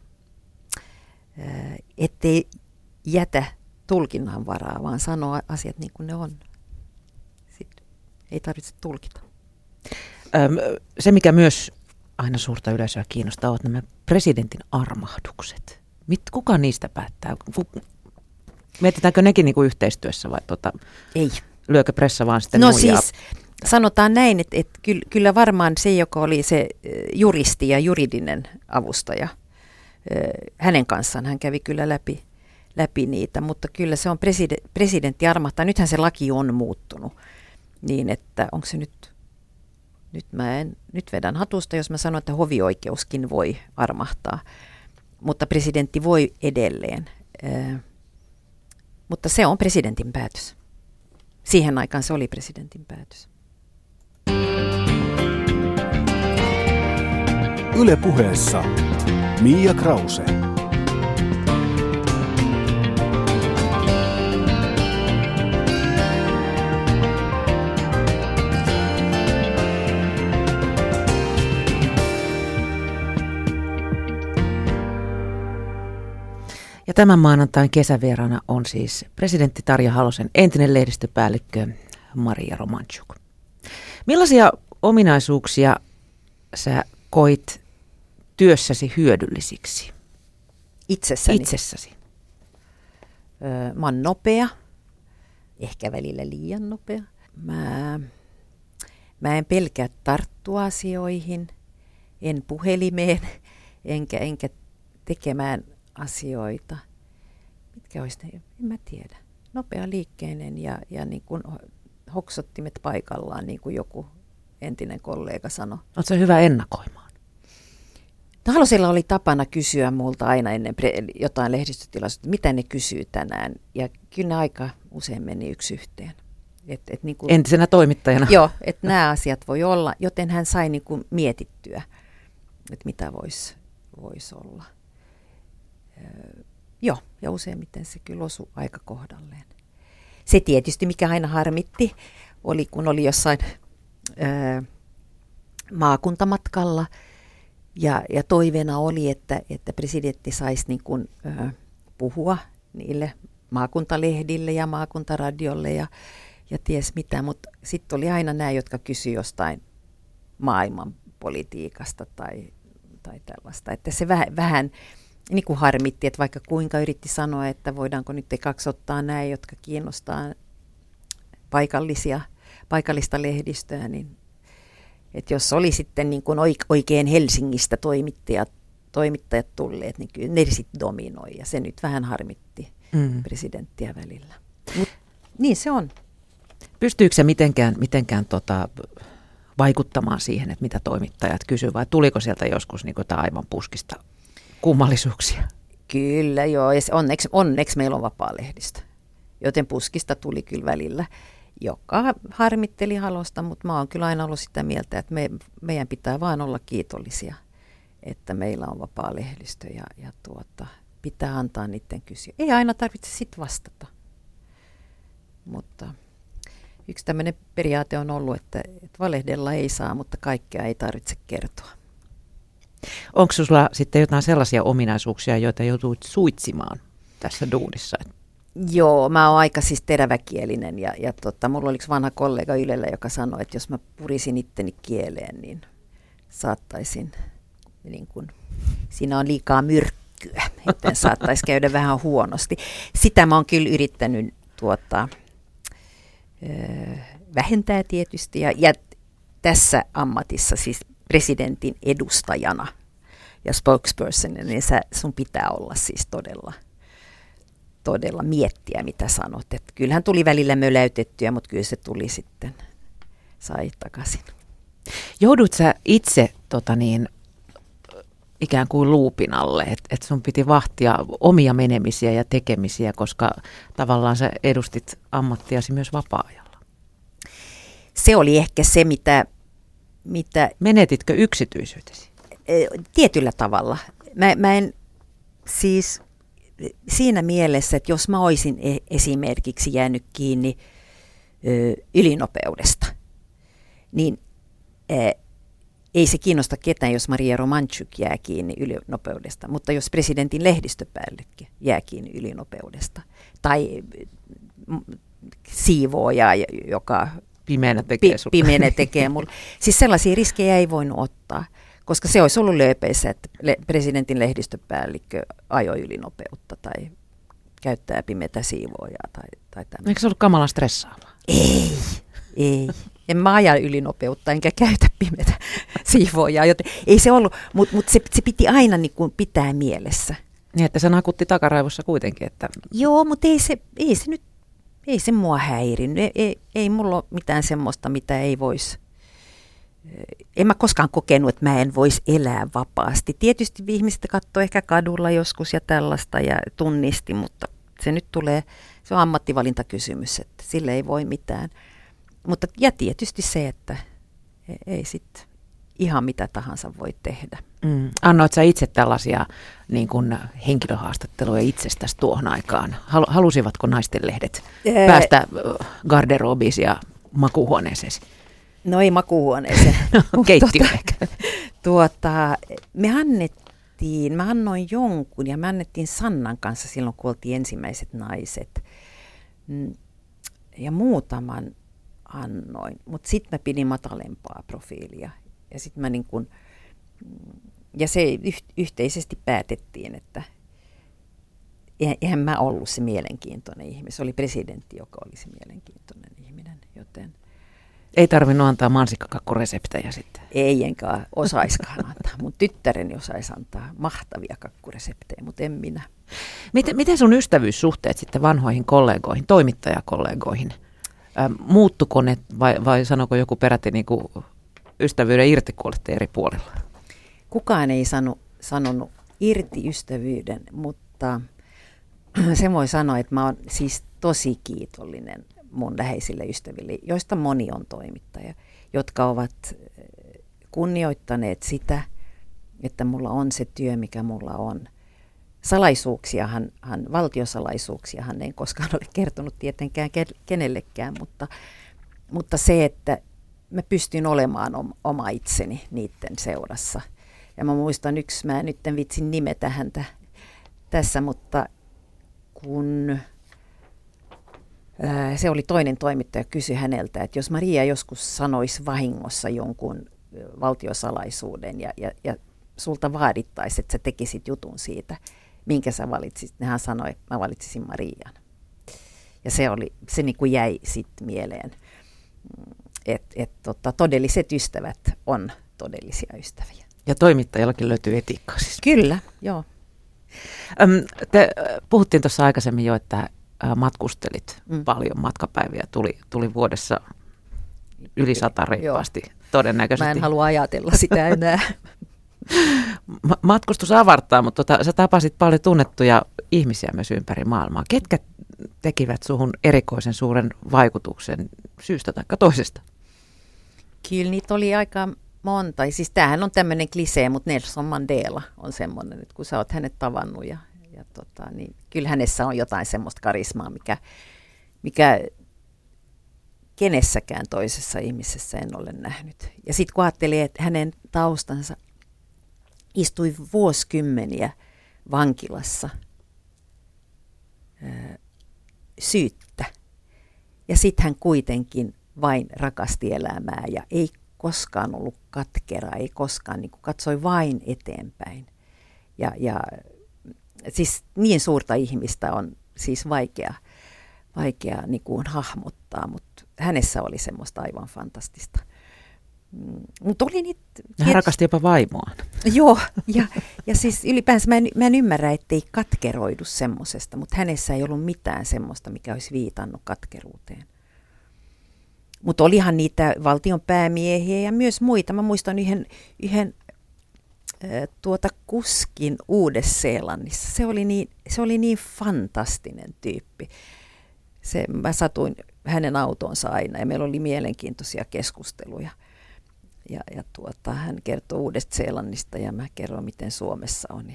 ettei jätä tulkinnan varaa, vaan sanoa asiat niin kuin ne on. Sitten ei tarvitse tulkita. Se, mikä myös aina suurta yleisöä kiinnostaa, ovat nämä presidentin armahdukset. Kuka niistä päättää? Mietitäänkö nekin niin kuin yhteistyössä vai ei. Lyökö pressa vaan sitten No nuijaa? Siis sanotaan näin, että kyllä varmaan se, joka oli se juristi ja juridinen avustaja, hänen kanssaan hän kävi kyllä läpi niitä, mutta kyllä se on presidentti armahtaa. Nythän se laki on muuttunut niin, että onko se nyt vedän hatusta, jos mä sanon, että hovioikeuskin voi armahtaa, mutta presidentti voi edelleen. Mutta se on presidentin päätös. Siihen aikaan se oli presidentin päätös. Yle Puheessa Mia Krause. Ja tämän maanantain kesävieraana on siis presidentti Tarja Halosen entinen lehdistöpäällikkö Maria Romanchuk. Millaisia ominaisuuksia sä koit työssäsi hyödyllisiksi? Itsessäsi. Mä oon nopea, ehkä välillä liian nopea. Mä en pelkää tarttua asioihin, en puhelimeen, enkä tekemään asioita. Mitkä olisi ne? En mä tiedä. Nopea liikkeinen ja niin kuin hoksottimet paikallaan, niin kuin joku entinen kollega sanoi. Oletko sä hyvä ennakoimaan? Halosella oli tapana kysyä multa aina ennen jotain lehdistötilaisuutta, mitä ne kysyy tänään. Ja kyllä ne aika usein meni yksi yhteen. Niin kuin, entisenä toimittajana. Joo, että nämä asiat voi olla, joten hän sai niin kuin mietittyä, että mitä voisi olla. Joo, ja useimmiten se kyllä osui aika kohdalleen. Se tietysti, mikä aina harmitti, oli kun oli jossain maakuntamatkalla ja toiveena oli, että presidentti saisi niin kuin, puhua niille maakuntalehdille ja maakuntaradiolle ja ties mitä, mutta sitten oli aina nämä, jotka kysyivät jostain maailmanpolitiikasta tai tällaista, että se vähän niin kuin harmitti, että vaikka kuinka yritti sanoa, että voidaanko nyt kaksi ottaa nämä, jotka kiinnostaa paikallista lehdistöä, niin että jos oli sitten niin kuin oikein Helsingistä toimittajat tulleet, niin kyllä ne sitten dominoi ja se nyt vähän harmitti presidenttiä välillä. Mut niin se on. Pystyykö se mitenkään vaikuttamaan siihen, että mitä toimittajat kysyvät, vai tuliko sieltä joskus niin kuin aivan puskista kummallisuuksia? Kyllä joo, ja onneksi meillä on vapaa lehdistö, joten puskista tuli kyllä välillä, joka harmitteli Halosta, mutta mä oon kyllä aina ollut sitä mieltä, että meidän pitää vaan olla kiitollisia, että meillä on vapaa lehdistö ja pitää antaa niiden kysyä. Ei aina tarvitse sitten vastata, mutta yksi tämmöinen periaate on ollut, että valehdella ei saa, mutta kaikkea ei tarvitse kertoa. Onko sinulla sitten jotain sellaisia ominaisuuksia, joita joutuit suitsimaan tässä duunissa? Joo, mä oon aika siis teräväkielinen ja mulla oli yksi vanha kollega Ylellä, joka sanoi, että jos mä purisin itteni kieleen, niin saattaisin, niin kun, siinä on liikaa myrkkyä, joten saattaisi käydä vähän huonosti. Sitä mä oon kyllä yrittänyt vähentää tietysti ja tässä ammatissa siis presidentin edustajana ja spokesperson, niin sun pitää olla siis todella miettiä, mitä sanot. Et kyllähän tuli välillä möläytettyä, mutta kyllä se tuli sitten, sai takaisin. Joudut sä itse ikään kuin luupin alle, että sun piti vahtia omia menemisiä ja tekemisiä, koska tavallaan sä edustit ammattiasi myös vapaa-ajalla? Se oli ehkä se, mitä... Menetitkö yksityisyytesi? Tietyllä tavalla. Mä en siis siinä mielessä, että jos mä olisin esimerkiksi jäänyt kiinni ylinopeudesta, niin ei se kiinnosta ketään, jos Maria Romanchuk jää kiinni ylinopeudesta, mutta jos presidentin lehdistöpäällikkö jää kiinni ylinopeudesta, tai siivooja, joka pimeänä tekee mulle. Siis sellaisia riskejä ei voinut ottaa, koska se olisi ollut lööpeissä, että presidentin lehdistöpäällikkö ajoi ylinopeutta tai käyttää pimeätä siivoojaa tai tämmöistä. Eikö se ollut kamalan stressaavaa? Ei. En mä aja ylinopeutta enkä käytä pimeätä siivoojaa, joten ei se ollut, mutta se piti aina niin kuin pitää mielessä. Niin, että se nakutti takaraivossa kuitenkin. Että... Joo, mutta ei se mua häirinyt. Ei mulla ole mitään semmoista, mitä ei voisi. En mä koskaan kokenut, että mä en voisi elää vapaasti. Tietysti ihmiset katsoo ehkä kadulla joskus ja tällaista ja tunnisti, mutta se nyt tulee, se on ammattivalintakysymys, että sille ei voi mitään. Mutta ja tietysti se, että ei sitten ihan mitä tahansa voi tehdä. Annoit sä itse tällaisia niin kuin henkilöhaastatteluja itsestäsi tuohon aikaan? Halusivatko naistenlehdet päästä garderobiisi ja makuuhuoneeseesi? No ei makuuhuoneeseen. Keittiö ehkä. Mä annoin jonkun ja me annettiin Sannan kanssa silloin, kun oltiin ensimmäiset naiset. Ja muutaman annoin, mutta sitten mä pidin matalempaa profiilia. Ja sitten mä niin kun, ja se yhteisesti päätettiin, että eihän mä ollut se mielenkiintoinen ihminen. Se oli presidentti, joka oli se mielenkiintoinen ihminen, joten... Ei tarvinnut antaa mansikkakakkureseptejä sitten. Ei enkä osaiskaan antaa. Mun tyttäreni osaisi antaa mahtavia kakkureseptejä, mutta en minä. Miten sun ystävyyssuhteet sitten vanhoihin kollegoihin, toimittajakollegoihin? Muuttuko ne vai sanoko joku peräti niin kuin ystävyyden irti, kun olette eri puolilla? Kukaan ei sanonut irti ystävyyden, mutta se voi sanoa, että mä oon siis tosi kiitollinen mun läheisille ystäville, joista moni on toimittaja, jotka ovat kunnioittaneet sitä, että mulla on se työ, mikä mulla on. Valtiosalaisuuksiahan en koskaan ole kertonut tietenkään kenellekään, mutta se, että mä pystyn olemaan oma itseni niiden seurassa. Ja mä muistan mä nyt en vitsin nimetä häntä tässä, mutta kun se oli toinen toimittaja, kysyi häneltä, että jos Maria joskus sanoisi vahingossa jonkun valtiosalaisuuden ja sulta vaadittaisi, että sä tekisit jutun siitä, minkä sä valitsisit, niin hän sanoi, että mä valitsisin Marian. Ja se niin kuin jäi sitten mieleen, että todelliset ystävät on todellisia ystäviä. Ja toimittajallakin löytyy etiikkaa siis. Kyllä, joo. Puhuttiin tuossa aikaisemmin jo, että matkustelit paljon, matkapäiviä tuli vuodessa yli 100 reippaasti todennäköisesti. Mä en halua ajatella sitä enää. Matkustus avartaa, mutta sä tapasit paljon tunnettuja ihmisiä myös ympäri maailmaa. Ketkä tekivät suhun erikoisen suuren vaikutuksen syystä tai toisesta? Kyllä niitä oli aika monta. Siis tämähän on tämmöinen klisee, mutta Nelson Mandela on semmoinen, että kun sä oot hänet tavannut niin kyllä hänessä on jotain semmoista karismaa, mikä kenessäkään toisessa ihmisessä en ole nähnyt. Ja sitten kun ajattelin, että hänen taustansa istui vuosikymmeniä vankilassa syyttä. Ja sitten hän kuitenkin vain rakasti elämää ja ei koskaan ollut katkera, ei koskaan niin kuin katsoi vain eteenpäin. Ja siis niin suurta ihmistä on siis vaikea niin kuin hahmottaa, mutta hänessä oli semmoista aivan fantastista. Mutta oli niitä... Hän rakasti jopa vaimoaan. Joo, ja siis ylipäänsä mä en ymmärrä, ettei katkeroidu semmosesta, mutta hänessä ei ollut mitään semmoista, mikä olisi viitannut katkeruuteen. Mutta olihan niitä valtion päämiehiä ja myös muita. Mä muistan yhden kuskin Uudessa-Seelannissa. Se oli niin fantastinen tyyppi. Mä satuin hänen autonsa aina ja meillä oli mielenkiintoisia keskusteluja. Hän kertoi Uudesta-Seelannista ja mä kerron, miten Suomessa on.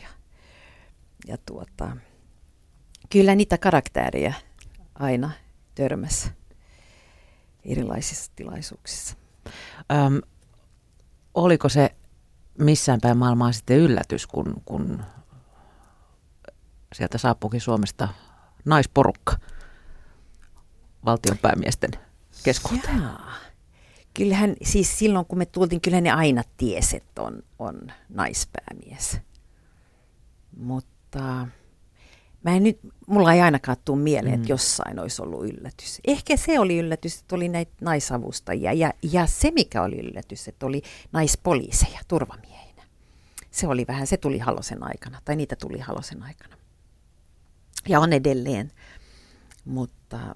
Kyllä niitä karaktäriä aina törmäsi erilaisissa tilaisuuksissa. Oliko se missään päin maailmaa sitten yllätys, kun sieltä saapuikin Suomesta naisporukka valtionpäämiesten keskuuteen? Jaa. Kyllähän siis silloin, kun me tultiin, kyllä ne aina tiesi, että on naispäämies. Mutta mulla ei ainakaan tule mieleen, että jossain olisi ollut yllätys. Ehkä se oli yllätys, että oli näitä naisavustajia ja se mikä oli yllätys, että oli naispoliiseja turvamiehinä. Se tuli Halosen aikana, tai niitä tuli Halosen aikana. Ja on edelleen, mutta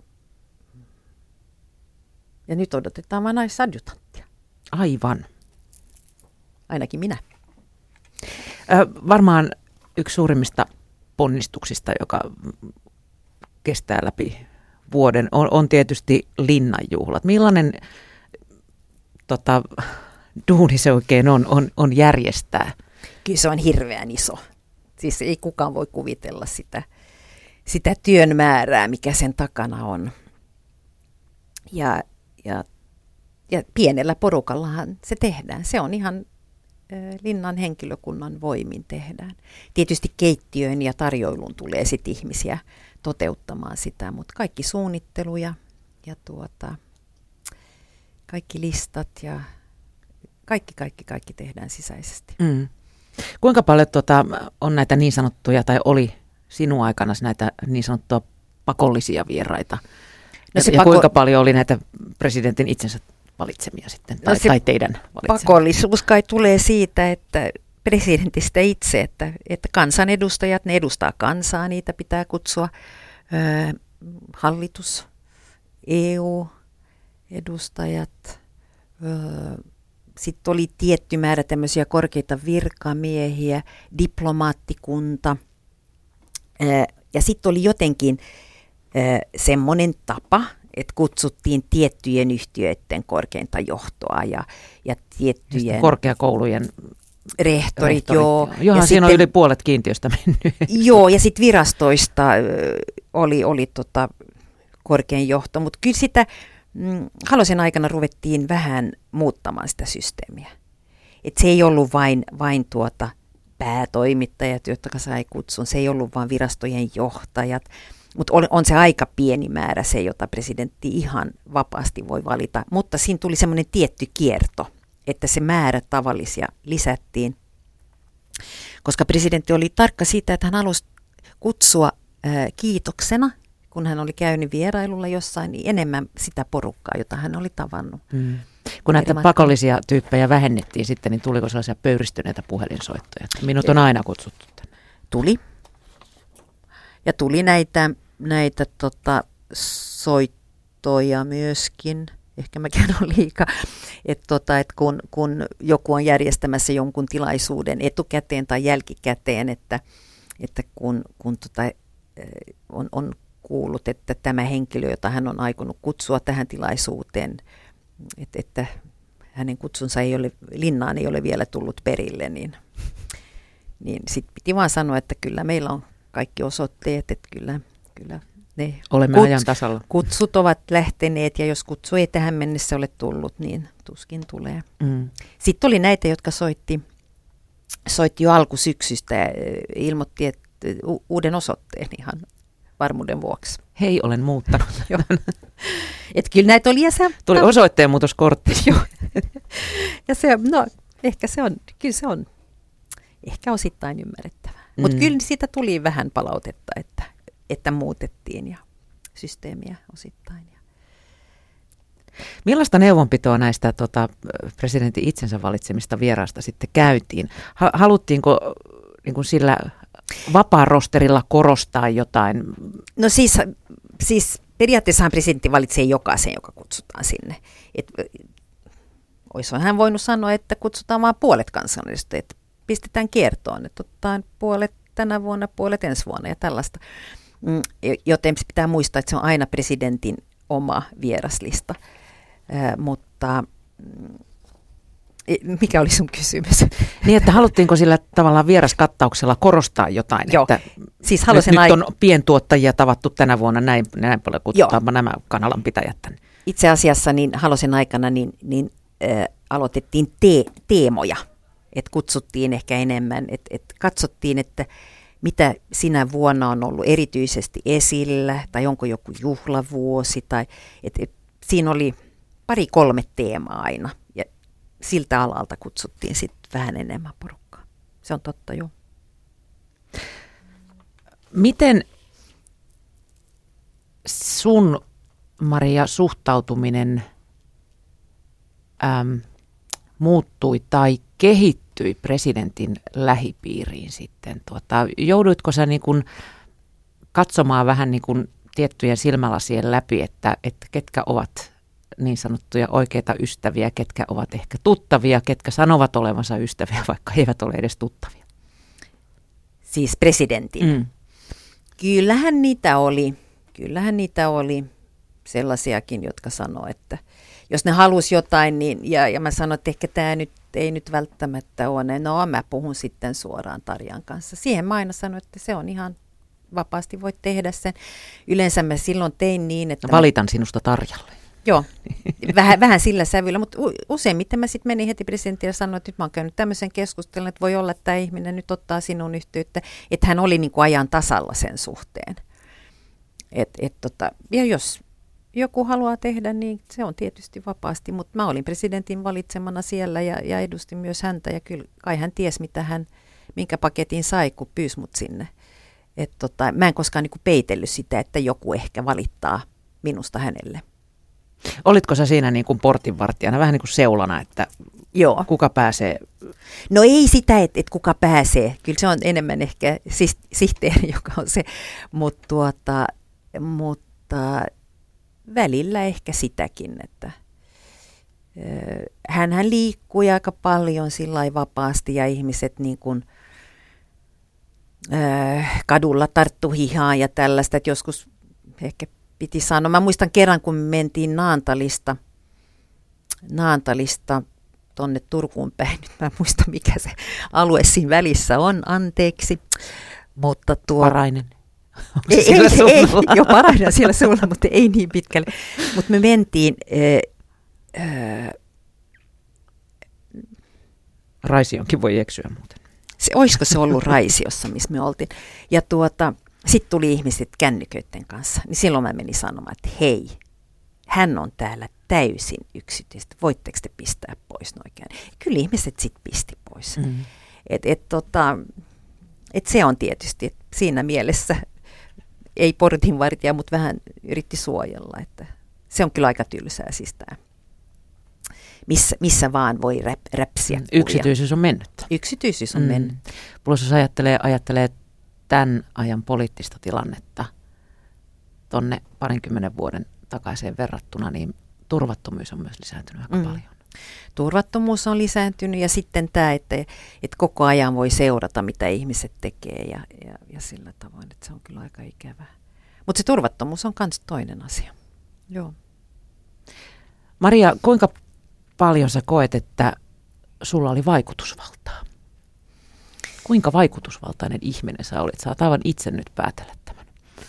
ja nyt odotetaan vain naisadjutanttia. Aivan. Ainakin minä. Varmaan yksi suurimmista ponnistuksista, joka kestää läpi vuoden, on tietysti linnanjuhlat. Millainen duuni se oikein on järjestää? Kyllä se on hirveän iso. Siis ei kukaan voi kuvitella sitä työn määrää, mikä sen takana on. Ja pienellä porukallahan se tehdään. Se on ihan linnan henkilökunnan voimin tehdään. Tietysti keittiöön ja tarjoiluun tulee sitten ihmisiä toteuttamaan sitä, mutta kaikki suunnittelu ja kaikki listat ja kaikki tehdään sisäisesti. Mm. Kuinka paljon on näitä niin sanottuja, tai oli sinun aikana näitä niin sanottuja pakollisia vieraita? Ja kuinka paljon oli näitä presidentin itsensä valitsemia sitten, tai teidän valitsemia? Pakollisuus kai tulee siitä, että presidentistä itse, että kansanedustajat, ne edustaa kansaa, niitä pitää kutsua hallitus, EU-edustajat. Sitten oli tietty määrä tämmöisiä korkeita virkamiehiä, diplomaattikunta. Ja sitten oli jotenkin semmoinen tapa, että kutsuttiin tiettyjen yhtiöiden korkeinta johtoa ja tiettyjen korkeakoulujen rehtorit. Joo. Johan siinä on yli puolet kiintiöstä mennyt. Joo, ja sitten virastoista oli korkein johto, mutta kyllä sitä Halosen aikana ruvettiin vähän muuttamaan sitä systeemiä. Et se ei ollut vain päätoimittajat, jotka sai kutsun, se ei ollut vain virastojen johtajat, mutta on se aika pieni määrä se, jota presidentti ihan vapaasti voi valita. Mutta siinä tuli semmoinen tietty kierto, että se määrä tavallisia lisättiin, koska presidentti oli tarkka siitä, että hän halusi kutsua kiitoksena, kun hän oli käynyt vierailulla jossain, niin enemmän sitä porukkaa, jota hän oli tavannut. Mm. Kun näitä pakollisia tyyppejä vähennettiin sitten, niin tuliko sellaisia pöyristyneitä puhelinsoittoja? Minut on aina kutsuttu tänne. Tuli. Ja tuli näitä soittoja myöskin. Ehkä mä kerron liikaa, että kun joku on järjestämässä jonkun tilaisuuden etukäteen tai jälkikäteen, että kun on kuullut, että tämä henkilö, jota hän on aikonut kutsua tähän tilaisuuteen, että hänen kutsunsa linnaan ei ole vielä tullut perille, niin sitten piti vaan sanoa, että kyllä meillä on kaikki osoitteet, että kyllä ne olemme ajan tasalla. Kutsut ovat lähteneet, ja jos kutsu ei tähän mennessä ole tullut, niin tuskin tulee. Mm. Sitten oli näitä, jotka soitti jo alkusyksystä ja ilmoitti, että uuden osoitteen ihan varmuuden vuoksi. Hei, olen muuttanut. Että kyllä näitä oli. Tuli osoitteen muutoskortti. Ja ehkä se on ehkä osittain ymmärrettävää. Mutta kyllä siitä tuli vähän palautetta, että muutettiin ja systeemiä osittain. Millaista neuvonpitoa näistä presidentin itsensä valitsemista vieraista sitten käytiin? Haluttiinko niin kuin sillä vapaa-rosterilla korostaa jotain? No siis periaatteessahan presidentti valitsee jokaisen, joka kutsutaan sinne. Olisi hän voinut sanoa, että kutsutaan vain puolet kansanedustajia, että pistetään kiertoon, että otetaan puolet tänä vuonna, puolet ensi vuonna ja tällaista. Joten pitää muistaa, että se on aina presidentin oma vieraslista. Mutta mikä oli sun kysymys? Niin, että haluttiinko sillä tavallaan vieraskattauksella korostaa jotain? Joo. Että siis nyt on pientuottajia tavattu tänä vuonna näin paljon, kutsutaanpa nämä kanalan pitäjät tänne. Itse asiassa niin Halosen aikana aloitettiin teemoja, että kutsuttiin ehkä enemmän, että katsottiin, että mitä sinä vuonna on ollut erityisesti esillä, tai onko joku juhlavuosi, tai siinä oli 2-3 teemaa aina, ja siltä alalta kutsuttiin sitten vähän enemmän porukkaa. Se on totta, joo. Miten sun, Maria, suhtautuminen muuttui tai kehittyi presidentin lähipiiriin sitten? Jouduitko sä niin kun katsomaan vähän niin kun tiettyjen silmälasien läpi, että ketkä ovat niin sanottuja oikeita ystäviä, ketkä ovat ehkä tuttavia, ketkä sanovat olevansa ystäviä, vaikka eivät ole edes tuttavia? Siis presidentin. Kyllähän niitä oli sellaisiakin, jotka sanoo, että jos ne halusi jotain, niin, ja mä sanoin, että ehkä tämä nyt ei nyt välttämättä ole. No, mä puhun sitten suoraan Tarjan kanssa. Siihen mä aina sanoin, että se on ihan vapaasti, voit tehdä sen. Yleensä mä silloin tein niin, että... Valitan sinusta Tarjalle. Joo, vähän sillä sävyllä, mutta useimmiten mä sitten menin heti presidentille ja sanoin, että nyt mä oon käynyt tämmöisen keskustelun, että voi olla, että tämä ihminen nyt ottaa sinun yhteyttä, että hän oli niin kuin ajan tasalla sen suhteen. Ja jos joku haluaa tehdä, niin se on tietysti vapaasti, mutta mä olin presidentin valitsemana siellä ja edustin myös häntä ja kyllä kai hän tiesi, minkä paketin sai, kun pyysi mut sinne. Mä en koskaan niin kuin peitellyt sitä, että joku ehkä valittaa minusta hänelle. Olitko sä siinä niin kuin portinvartijana, vähän niin kuin seulana, että Joo. Kuka pääsee? No ei sitä, että kuka pääsee. Kyllä se on enemmän ehkä sihteeri, joka on se, mutta välillä ehkä sitäkin, että hänhän liikkui aika paljon sillai vapaasti ja ihmiset niin kuin kadulla tarttu hihaan ja tällaista, että joskus ehkä piti sanoa. Mä muistan kerran, kun me mentiin Naantalista tonne Turkuun päin. Nyt mä en muista, mikä se alue siinä välissä on, anteeksi. Mutta Parainen. Ei, Parainen on siellä suulla, mutta ei niin pitkälle. Mutta me mentiin... Raisionkin voi eksyä muuten. Olisiko se ollut Raisiossa, missä me oltiin. Ja sitten tuli ihmiset kännyköiden kanssa. Niin silloin mä menin sanomaan, että hei, hän on täällä täysin yksityistä. Voitteko te pistää pois noikään? Kyllä ihmiset sitten pisti pois. Mm. Et se on tietysti, että siinä mielessä ei portinvartija, mutta vähän yritti suojella. Että se on kyllä aika tylsää siis tämä. Missä vaan voi räpsiä. Yksityisyys on mennyt. Yksityisyys on mennyt. Plus jos ajattelee tämän ajan poliittista tilannetta tonne 20 vuoden takaiseen verrattuna, niin turvattomuus on myös lisääntynyt aika paljon. Turvattomuus on lisääntynyt ja sitten tämä, että koko ajan voi seurata, mitä ihmiset tekee ja sillä tavoin, että se on kyllä aika ikävää. Mutta se turvattomuus on myös toinen asia. Joo. Maria, kuinka paljon sä koet, että sulla oli vaikutusvaltaa? Kuinka vaikutusvaltainen ihminen sä olit? Sä oot aivan itse nyt päätellä tämän.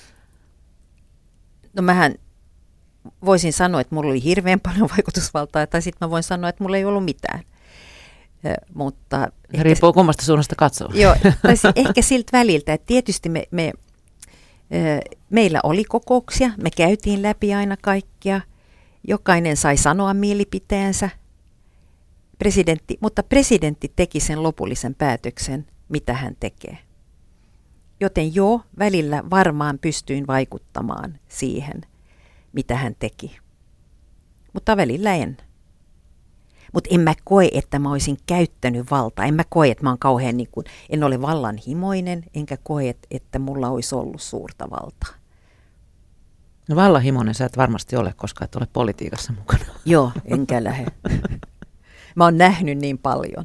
No mähän voisin sanoa, että mulla oli hirveän paljon vaikutusvaltaa, tai sitten mä voin sanoa, että mulla ei ollut mitään. Mutta riippuu kummasta suunnasta katsoo. Joo, tai ehkä siltä väliltä, että tietysti meillä oli kokouksia, me käytiin läpi aina kaikkia, jokainen sai sanoa mielipiteensä, mutta presidentti teki sen lopullisen päätöksen, mitä hän tekee. Joten joo, välillä varmaan pystyin vaikuttamaan siihen, mitä hän teki. Mutta välillä en. Mutta en mä koe, että mä olisin käyttänyt valtaa. En mä koe, että mä oon kauhean en ole vallanhimoinen, enkä koe, että mulla olisi ollut suurta valtaa. No vallanhimoinen sä et varmasti ole, koska et ole politiikassa mukana. Joo, enkä lähde. Mä oon nähnyt niin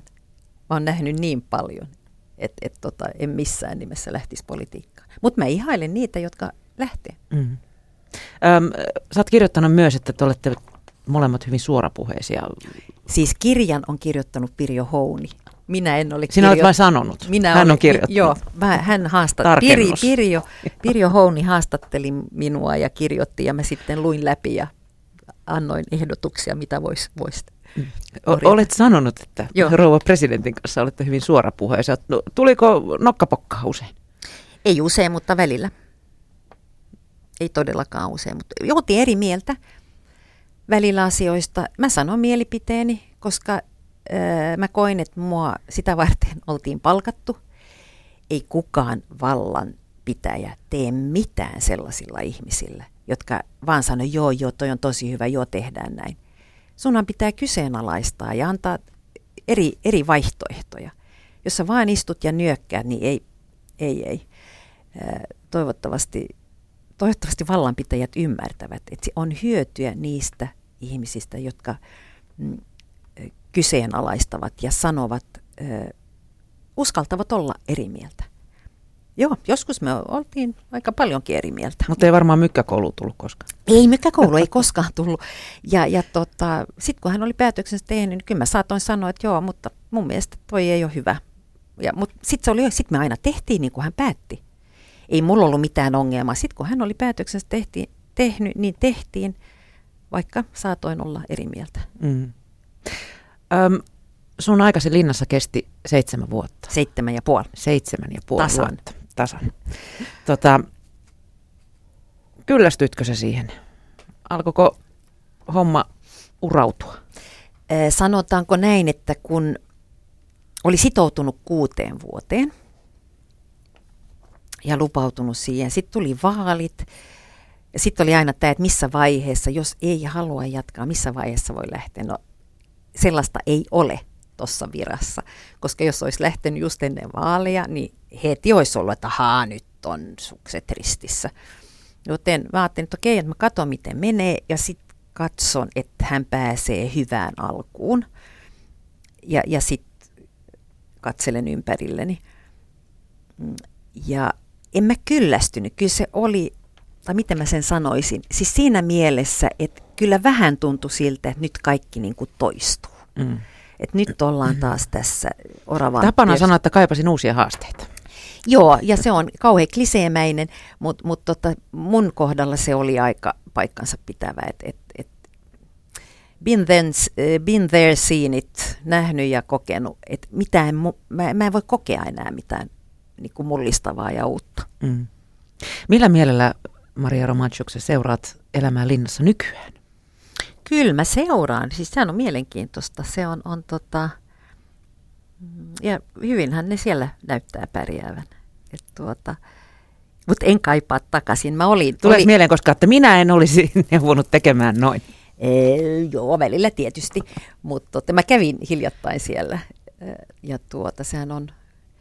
paljon, että en missään nimessä lähtisi politiikkaan. Mutta mä ihailen niitä, jotka lähtee. Mm. Sä oot kirjoittanut myös, että te olette molemmat hyvin suorapuheisia. Siis kirjan on kirjoittanut Pirjo Houni. Minä en ole Sinä olet vain sanonut. Hän on kirjoittanut. Joo, hän Pirjo Houni haastatteli minua ja kirjoitti ja mä sitten luin läpi ja annoin ehdotuksia, mitä voisi Olet sanonut, että rouva presidentin kanssa olette hyvin suorapuheisia. Tuliko nokkapokkaa usein? Ei usein, mutta välillä. Ei todellakaan usein, mutta oltiin eri mieltä välillä asioista. Mä sanon mielipiteeni, koska mä koin, että mua sitä varten oltiin palkattu. Ei kukaan vallanpitäjä tee mitään sellaisilla ihmisillä, jotka vaan sanoo, joo, toi on tosi hyvä, joo, tehdään näin. Sunhan pitää kyseenalaistaa ja antaa eri vaihtoehtoja. Jos sä vaan istut ja nyökkäät, niin ei. Toivottavasti vallanpitäjät ymmärtävät, että on hyötyä niistä ihmisistä, jotka kyseenalaistavat ja sanovat, uskaltavat olla eri mieltä. Joo, joskus me oltiin aika paljonkin eri mieltä. Mutta ei varmaan mykkäkoulu tullut koskaan. Ei mykkäkoulu, ei koskaan tullut. Ja sitten kun hän oli päätöksensä tehnyt, niin kyllä mä saatoin sanoa, että joo, mutta mun mielestä toi ei ole hyvä. Mutta sitten me aina tehtiin niin kuin hän päätti. Ei mulla ollut mitään ongelmaa. Sitten kun hän oli päätöksensä tehnyt, niin tehtiin, vaikka saatoin olla eri mieltä. Mm. Sun aikasi linnassa kesti 7 vuotta. 7,5. 7,5 vuotta. Tasan. Kyllästyitkö sä siihen? Alkoiko homma urautua? Sanotaanko näin, että kun oli sitoutunut 6 vuoteen ja lupautunut siihen, sitten tuli vaalit. Sitten oli aina tämä, että missä vaiheessa, jos ei halua jatkaa, missä vaiheessa voi lähteä. No sellaista ei ole tuossa virassa, koska jos olisi lähtenyt just ennen vaaleja, niin heti olisi ollut, että nyt on sukset ristissä. Joten mä ajattelin, että okei, että mä katson miten menee ja sitten katson, että hän pääsee hyvään alkuun. Ja sitten katselen ympärilleni. Ja en mä kyllästynyt. Kyllä se oli, tai miten mä sen sanoisin, siis siinä mielessä, että kyllä vähän tuntui siltä, että nyt kaikki niin kuin toistuu. Mm. Että nyt ollaan taas tässä oravan. Tapana sanoa, että kaipasin uusia haasteita. Joo, ja se on kauhean kliseemäinen, mutta mun kohdalla se oli aika paikkansa pitävä. Been there, seen it, nähnyt ja kokenut. Että mä en voi kokea enää mitään niin kuin mullistavaa ja uutta. Mm. Millä mielellä, Maria Romanchuk, sä seuraat elämää linnassa nykyään? Kyllä mä seuraan, siis sehän on mielenkiintoista, se on ja hyvinhän ne siellä näyttää pärjäävän. Mutta en kaipaa takaisin. Tuleeko mieleen koskaan, että minä en olisi neuvonut tekemään noin? Joo, välillä tietysti, mutta mä kävin hiljattain siellä ja sehän on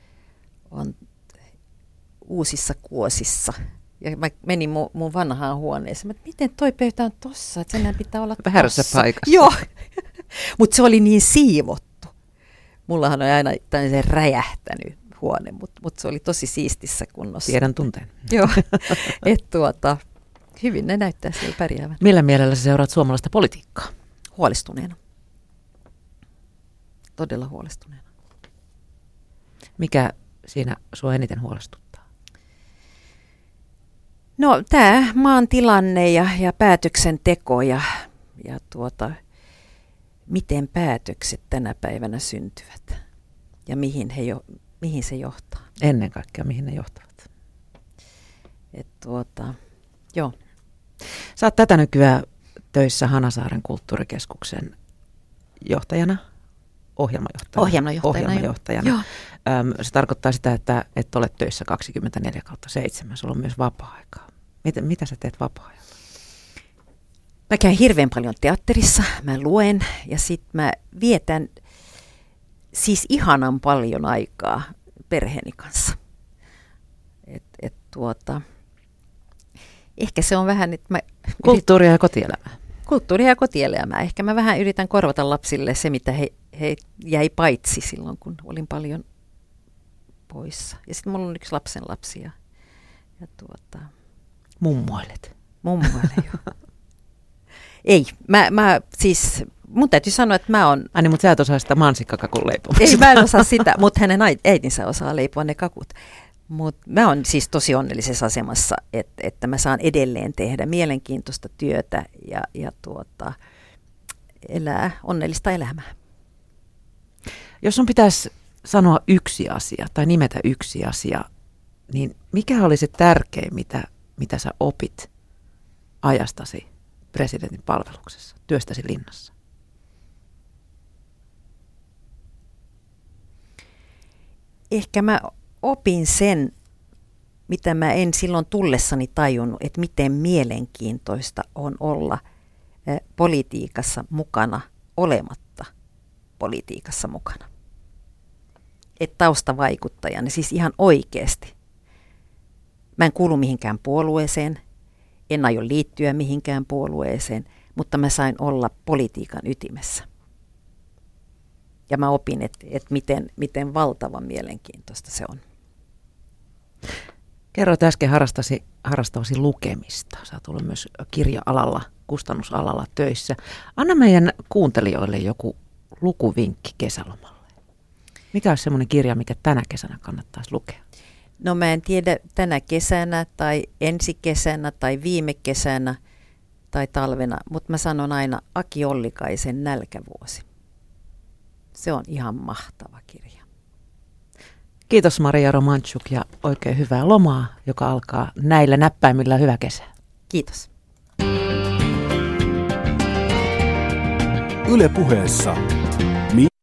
Uusissa Kuosissa. Ja mä menin mun vanhaan huoneeseen, että miten toi pöytä on tossa, että senhän pitää olla väärässä paikassa. Joo, mutta se oli niin siivottu. Mullahan on aina tämmöisen räjähtänyt huone, mutta se oli tosi siistissä kunnossa. Tiedän tunteen. Joo, että hyvin ne näyttää siellä pärjäävän. Millä mielellä sä seuraat suomalaista politiikkaa? Huolestuneena. Todella huolestuneena. Mikä siinä sua eniten huolestuttaa? No tämä maan tilanne ja päätöksenteko ja miten päätökset tänä päivänä syntyvät ja mihin se johtaa. Ennen kaikkea mihin ne johtavat. Joo. Sä oot tätä nykyään töissä Hanasaaren kulttuurikeskuksen johtajana, ohjelmajohtajana. Joo. Se tarkoittaa sitä, että et ole töissä 24/7. Sulla on myös vapaa-aikaa. Mitä sä teet vapaa-ajalla? Mä käyn hirveän paljon teatterissa, mä luen ja sitten mä vietän siis ihanan paljon aikaa perheeni kanssa. Ehkä se on vähän, että Kulttuuria ja kotielämää. Kulttuuria ja kotielämää. Ehkä mä vähän yritän korvata lapsille se, mitä he jäi paitsi silloin, kun olin paljon poissa. Ja sitten mulla on yksi lapsenlapsi. Ja Mummoille, joo. Ei, mä siis, mun täytyy sanoa, että mä oon... Niin, mutta sä et osaa sitä mansikkakakun leipomista. Ei, mä en osaa sitä, mutta hänen äitinsä osaa leipoa ne kakut. Mutta mä oon siis tosi onnellisessa asemassa, että mä saan edelleen tehdä mielenkiintoista työtä ja elää onnellista elämää. Jos sun pitäisi sanoa yksi asia tai nimetä yksi asia, niin mikä oli se tärkein, mitä sä opit ajastasi presidentin palveluksessa, työstäsi linnassa? Ehkä mä opin sen, mitä mä en silloin tullessani tajunnut, että miten mielenkiintoista on olla politiikassa mukana olematta politiikassa mukana. Että taustavaikuttajana, siis ihan oikeasti. Mä en kuulu mihinkään puolueeseen, en aio liittyä mihinkään puolueeseen, mutta mä sain olla politiikan ytimessä. Ja mä opin, että miten valtavan mielenkiintoista se on. Kerroit äsken harrastavasi lukemista. Sä oot ollut myös kirja-alalla, kustannusalalla töissä. Anna meidän kuuntelijoille joku lukuvinkki kesälomalle. Mikä olisi semmoinen kirja, mikä tänä kesänä kannattaisi lukea? No mä en tiedä tänä kesänä tai ensi kesänä tai viime kesänä tai talvena, mutta mä sanon aina Aki Ollikaisen Nälkävuosi. Se on ihan mahtava kirja. Kiitos Maria Romanchuk ja oikein hyvää lomaa, joka alkaa näillä näppäimillä. Hyvää kesää. Kiitos. Yle Puheessa